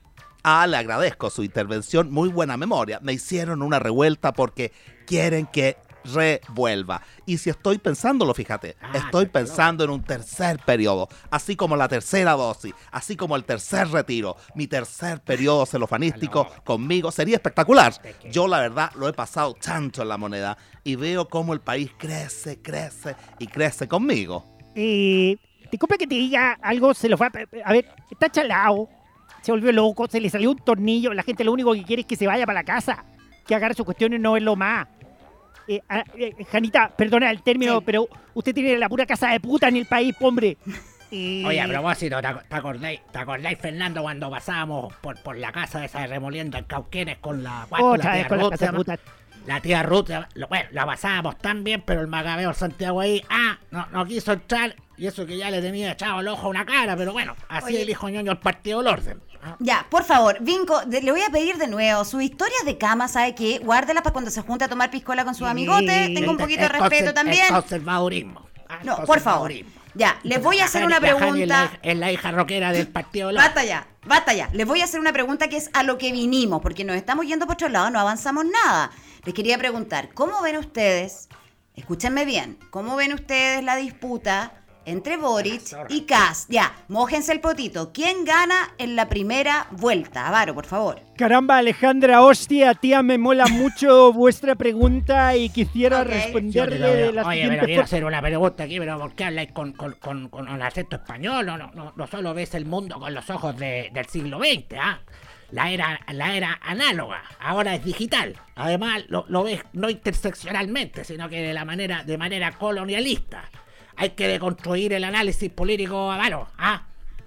Ah, le agradezco su intervención, muy buena memoria. Me hicieron una revuelta porque quieren que revuelva. Y si estoy pensándolo, fíjate, estoy pensando en un tercer periodo, así como la tercera dosis, así como el tercer retiro, mi tercer periodo celofanístico conmigo sería espectacular. Yo la verdad lo he pasado tanto en la moneda y veo cómo el país crece, crece y crece conmigo. Eh, disculpe que te diga algo, Celofán. A ver, está chalado. Se volvió loco, se le salió un tornillo. La gente lo único que quiere es que se vaya para la casa, que agarre sus cuestiones, no es lo más. Eh, ah, eh, Janita, perdona el término, pero usted tiene la pura casa de puta en el país, hombre. Eh, Oye, a propósito, ¿te, ac- te acordáis, ¿te acordáis, Fernando, cuando pasábamos por, por la casa esa de Remolienda en Cauquenes con la, Otra la vez con la Ruth, casa se de llama? puta. La tía Ruth, lo- bueno, la pasábamos tan bien, pero el Macabeo Santiago ahí, ah, no, no quiso entrar, y eso que ya le tenía echado el ojo a una cara, pero bueno, así Oye. el hijo ñoño el partido del orden. Ya, por favor, Vinco, de- le voy a pedir de nuevo, sus historias de cama, ¿sabe qué? Guárdela para cuando se junte a tomar piscola con sus amigotes, tenga un poquito de Es respeto conser- también. Es conservadurismo. Ah, No, por favor. conservadurismo. Ya, les voy a hacer una La Jani es la, pregunta. hija- es la hija rockera del partido del orden. Basta ya, basta ya. Les voy a hacer una pregunta que es a lo que vinimos, porque nos estamos yendo por otro lado, no avanzamos nada. Les quería preguntar, ¿cómo ven ustedes, escúchenme bien, cómo ven ustedes la disputa entre Boric y Kast? Ya, mójense el potito. ¿Quién gana en la primera vuelta? Avaro, por favor. Caramba, Alejandra, hostia, tía, me mola mucho vuestra pregunta y quisiera responderle Yo te lo de veo. la Oye, siguiente pero quiero forma. hacer una pregunta aquí, pero ¿por qué habláis con, con, con, con un acento español? No, no, no, no solo ves el mundo con los ojos de- del siglo veinte, ¿ah? La era, la era análoga, ahora es digital. Además, lo, lo ves no interseccionalmente, sino que de la manera, de manera colonialista. Hay que deconstruir el análisis político avaro, ¿ah?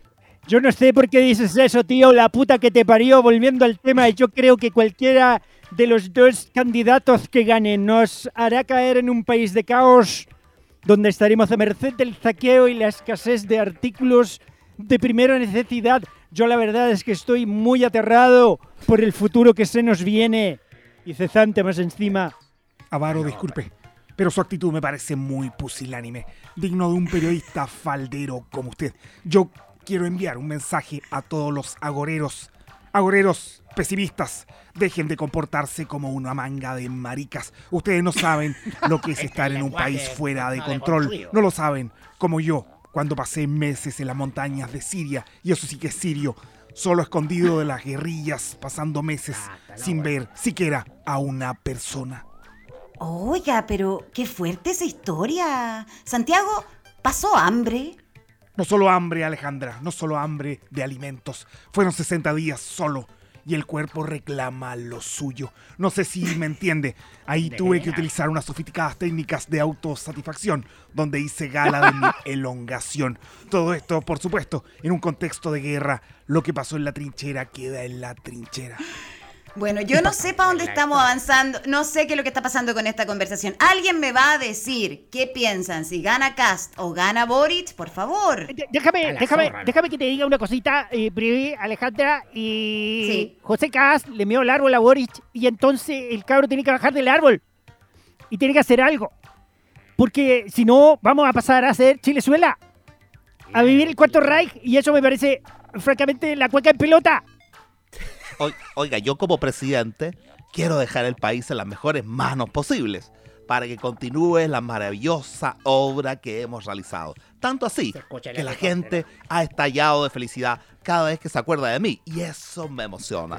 Yo no sé por qué dices eso, tío, la puta que te parió. Volviendo al tema, yo creo que cualquiera de los dos candidatos que gane nos hará caer en un país de caos donde estaremos a merced del saqueo y la escasez de artículos de primera necesidad. Yo la verdad es que estoy muy aterrado por el futuro que se nos viene. Y cesante más encima. Avaro, disculpe, pero su actitud me parece muy pusilánime, digno de un periodista faldero como usted. Yo quiero enviar un mensaje a todos los agoreros Agoreros pesimistas, dejen de comportarse como una manga de maricas. Ustedes no saben lo que es estar en un país fuera de control. No lo saben, como yo, cuando pasé meses en las montañas de Siria, y eso sí que es sirio, solo escondido de las guerrillas, pasando meses sin ver siquiera a una persona. Oiga, pero qué fuerte esa historia. Santiago, ¿pasó hambre? No solo hambre, Alejandra, no solo hambre de alimentos. Fueron sesenta días solo y el cuerpo reclama lo suyo. No sé si me entiende. Ahí tuve que utilizar unas sofisticadas técnicas de autosatisfacción, donde hice gala de mi elongación. Todo esto, por supuesto, en un contexto de guerra. Lo que pasó en la trinchera queda en la trinchera. Bueno, yo no sé para dónde estamos avanzando, no sé qué es lo que está pasando con esta conversación. ¿Alguien me va a decir qué piensan? Si gana Kast o gana Boric, por favor. Déjame, déjame, déjame que te diga una cosita eh, breve, Alejandra. Y sí. José Kast le meó el árbol a Boric y entonces el cabro tiene que bajar del árbol y tiene que hacer algo. Porque si no, vamos a pasar a hacer Chilezuela, a vivir el Cuarto Reich, y eso me parece, francamente, la cueca en pelota. Oiga, yo como presidente quiero dejar el país en las mejores manos posibles para que continúe la maravillosa obra que hemos realizado. Tanto así que la gente ha estallado de felicidad cada vez que se acuerda de mí, y eso me emociona.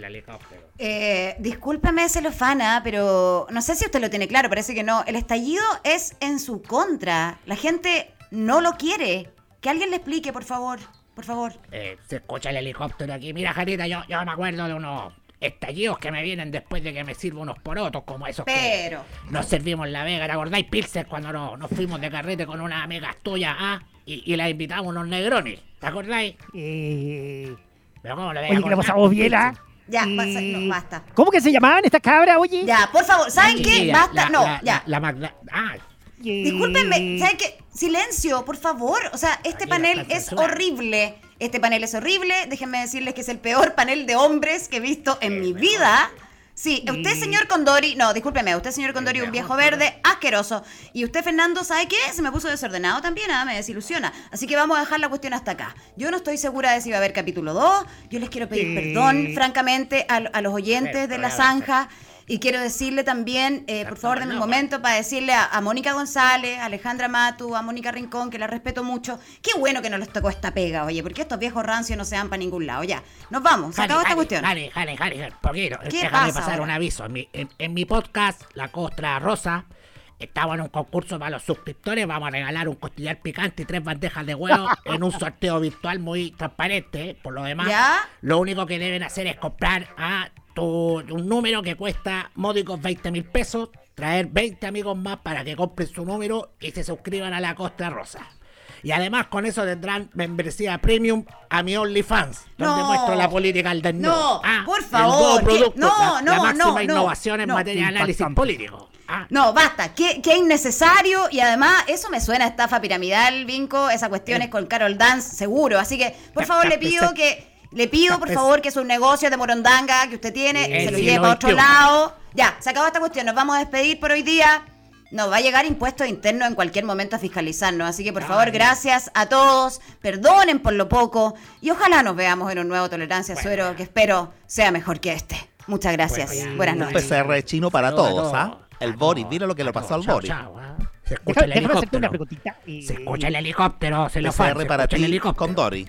Eh, discúlpeme, celofana, pero no sé si usted lo tiene claro, parece que no. El estallido es en su contra. La gente no lo quiere. Que alguien le explique, por favor. Por favor. Eh, se escucha el helicóptero aquí. Mira, Jarita, yo, yo me acuerdo de unos estallidos que me vienen después de que me sirvo unos porotos como esos. Pero que nos servimos en La Vega. ¿Te acordáis, Pilsen, cuando nos, nos fuimos de carrete con unas amigas tuyas, ah? Y, y las invitamos unos negronis. ¿Te acordáis? Eh... Pero ¿cómo lo Oye, que la pasamos bien, ¿ah? Ya, y... pasa, no, basta. ¿Cómo que se llamaban estas cabras, oye? Ya, por favor, ¿saben qué? Basta, la, no, la, ya. La, la Magda... Ah. Discúlpenme, ¿saben qué? Silencio, por favor. O sea, este Aquí panel es horrible. Este panel es horrible. Déjenme decirles que es el peor panel de hombres que he visto en mi vida. Sí, usted, señor Condori, no, discúlpeme, usted, señor Condori, un viejo verde asqueroso. Y usted, Fernando, ¿sabe qué? Se me puso desordenado también, ¿ah? Me desilusiona. Así que vamos a dejar la cuestión hasta acá. Yo no estoy segura de si va a haber capítulo dos. Yo les quiero pedir perdón, francamente, a, a los oyentes de La Zanja. Y quiero decirle también, eh, por favor, denme un momento para decirle a, a Mónica González, a Alejandra Matu, a Mónica Rincón, que la respeto mucho. Qué bueno que no les tocó esta pega, oye, porque estos viejos rancios no se van para ningún lado. Ya, nos vamos, se acabó esta cuestión. Jale, jale, jale, jale, poquito. ¿Qué Déjame pasa pasar ahora? un aviso. En mi, en, en mi podcast, La Costra Rosa, estamos en un concurso para los suscriptores. Vamos a regalar un costillar picante y tres bandejas de huevo en un sorteo virtual muy transparente. ¿eh? Por lo demás, ¿Ya? Lo único que deben hacer es comprar a tu, un número que cuesta módicos veinte mil pesos, traer veinte amigos más para que compren su número y se suscriban a La Costra Rosa. Y además con eso tendrán membresía premium a mi OnlyFans, donde No. muestro la política al desnudo. No, Ah, por el favor, nuevo que- producto, no, la, no, la máxima no, no, innovación en no. materia de análisis Impactante. político. Ah. No, basta, que, que innecesario, y además eso me suena a estafa piramidal, Vinco, esa cuestión es con Carol Dance, seguro. Así que, por favor, le pido que, le pido, por favor, que sus negocios de morondanga que usted tiene, Sí, se lo sí, lleve lo para otro veintiuno. lado. Ya, se acabó esta cuestión, nos vamos a despedir por hoy día. Nos va a llegar impuestos internos en cualquier momento a fiscalizarnos. Así que, por favor, gracias a todos. Perdonen por lo poco. Y ojalá nos veamos en un nuevo Tolerancia Suero, que espero sea mejor que este. Muchas gracias. Buenas Un noches. P C R chino para Saludos a todos, ¿ah? todos. El Boris, mira lo que le pasó al Chao, Boris. chao, ah. Se escucha el Déjame hacerte una helicóptero. preguntita. eh, Se escucha el helicóptero, se lo P C R para el ti helicóptero. con Dory.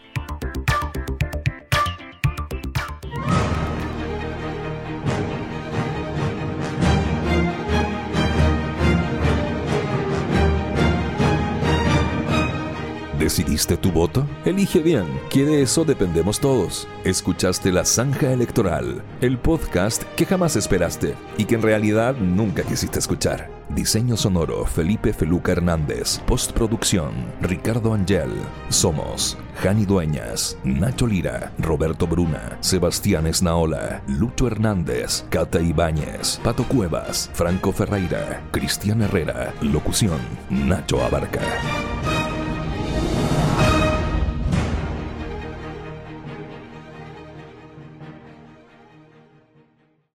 ¿Decidiste tu voto? Elige bien, que de eso dependemos todos. Escuchaste La Zanja Electoral, el podcast que jamás esperaste y que en realidad nunca quisiste escuchar. Diseño sonoro, Felipe Feluca Hernández. Postproducción, Ricardo Angel. Somos Jani Dueñas, Nacho Lira, Roberto Bruna, Sebastián Esnaola, Lucho Hernández, Cata Ibáñez, Pato Cuevas, Franco Ferreira, Cristian Herrera. Locución, Nacho Abarca.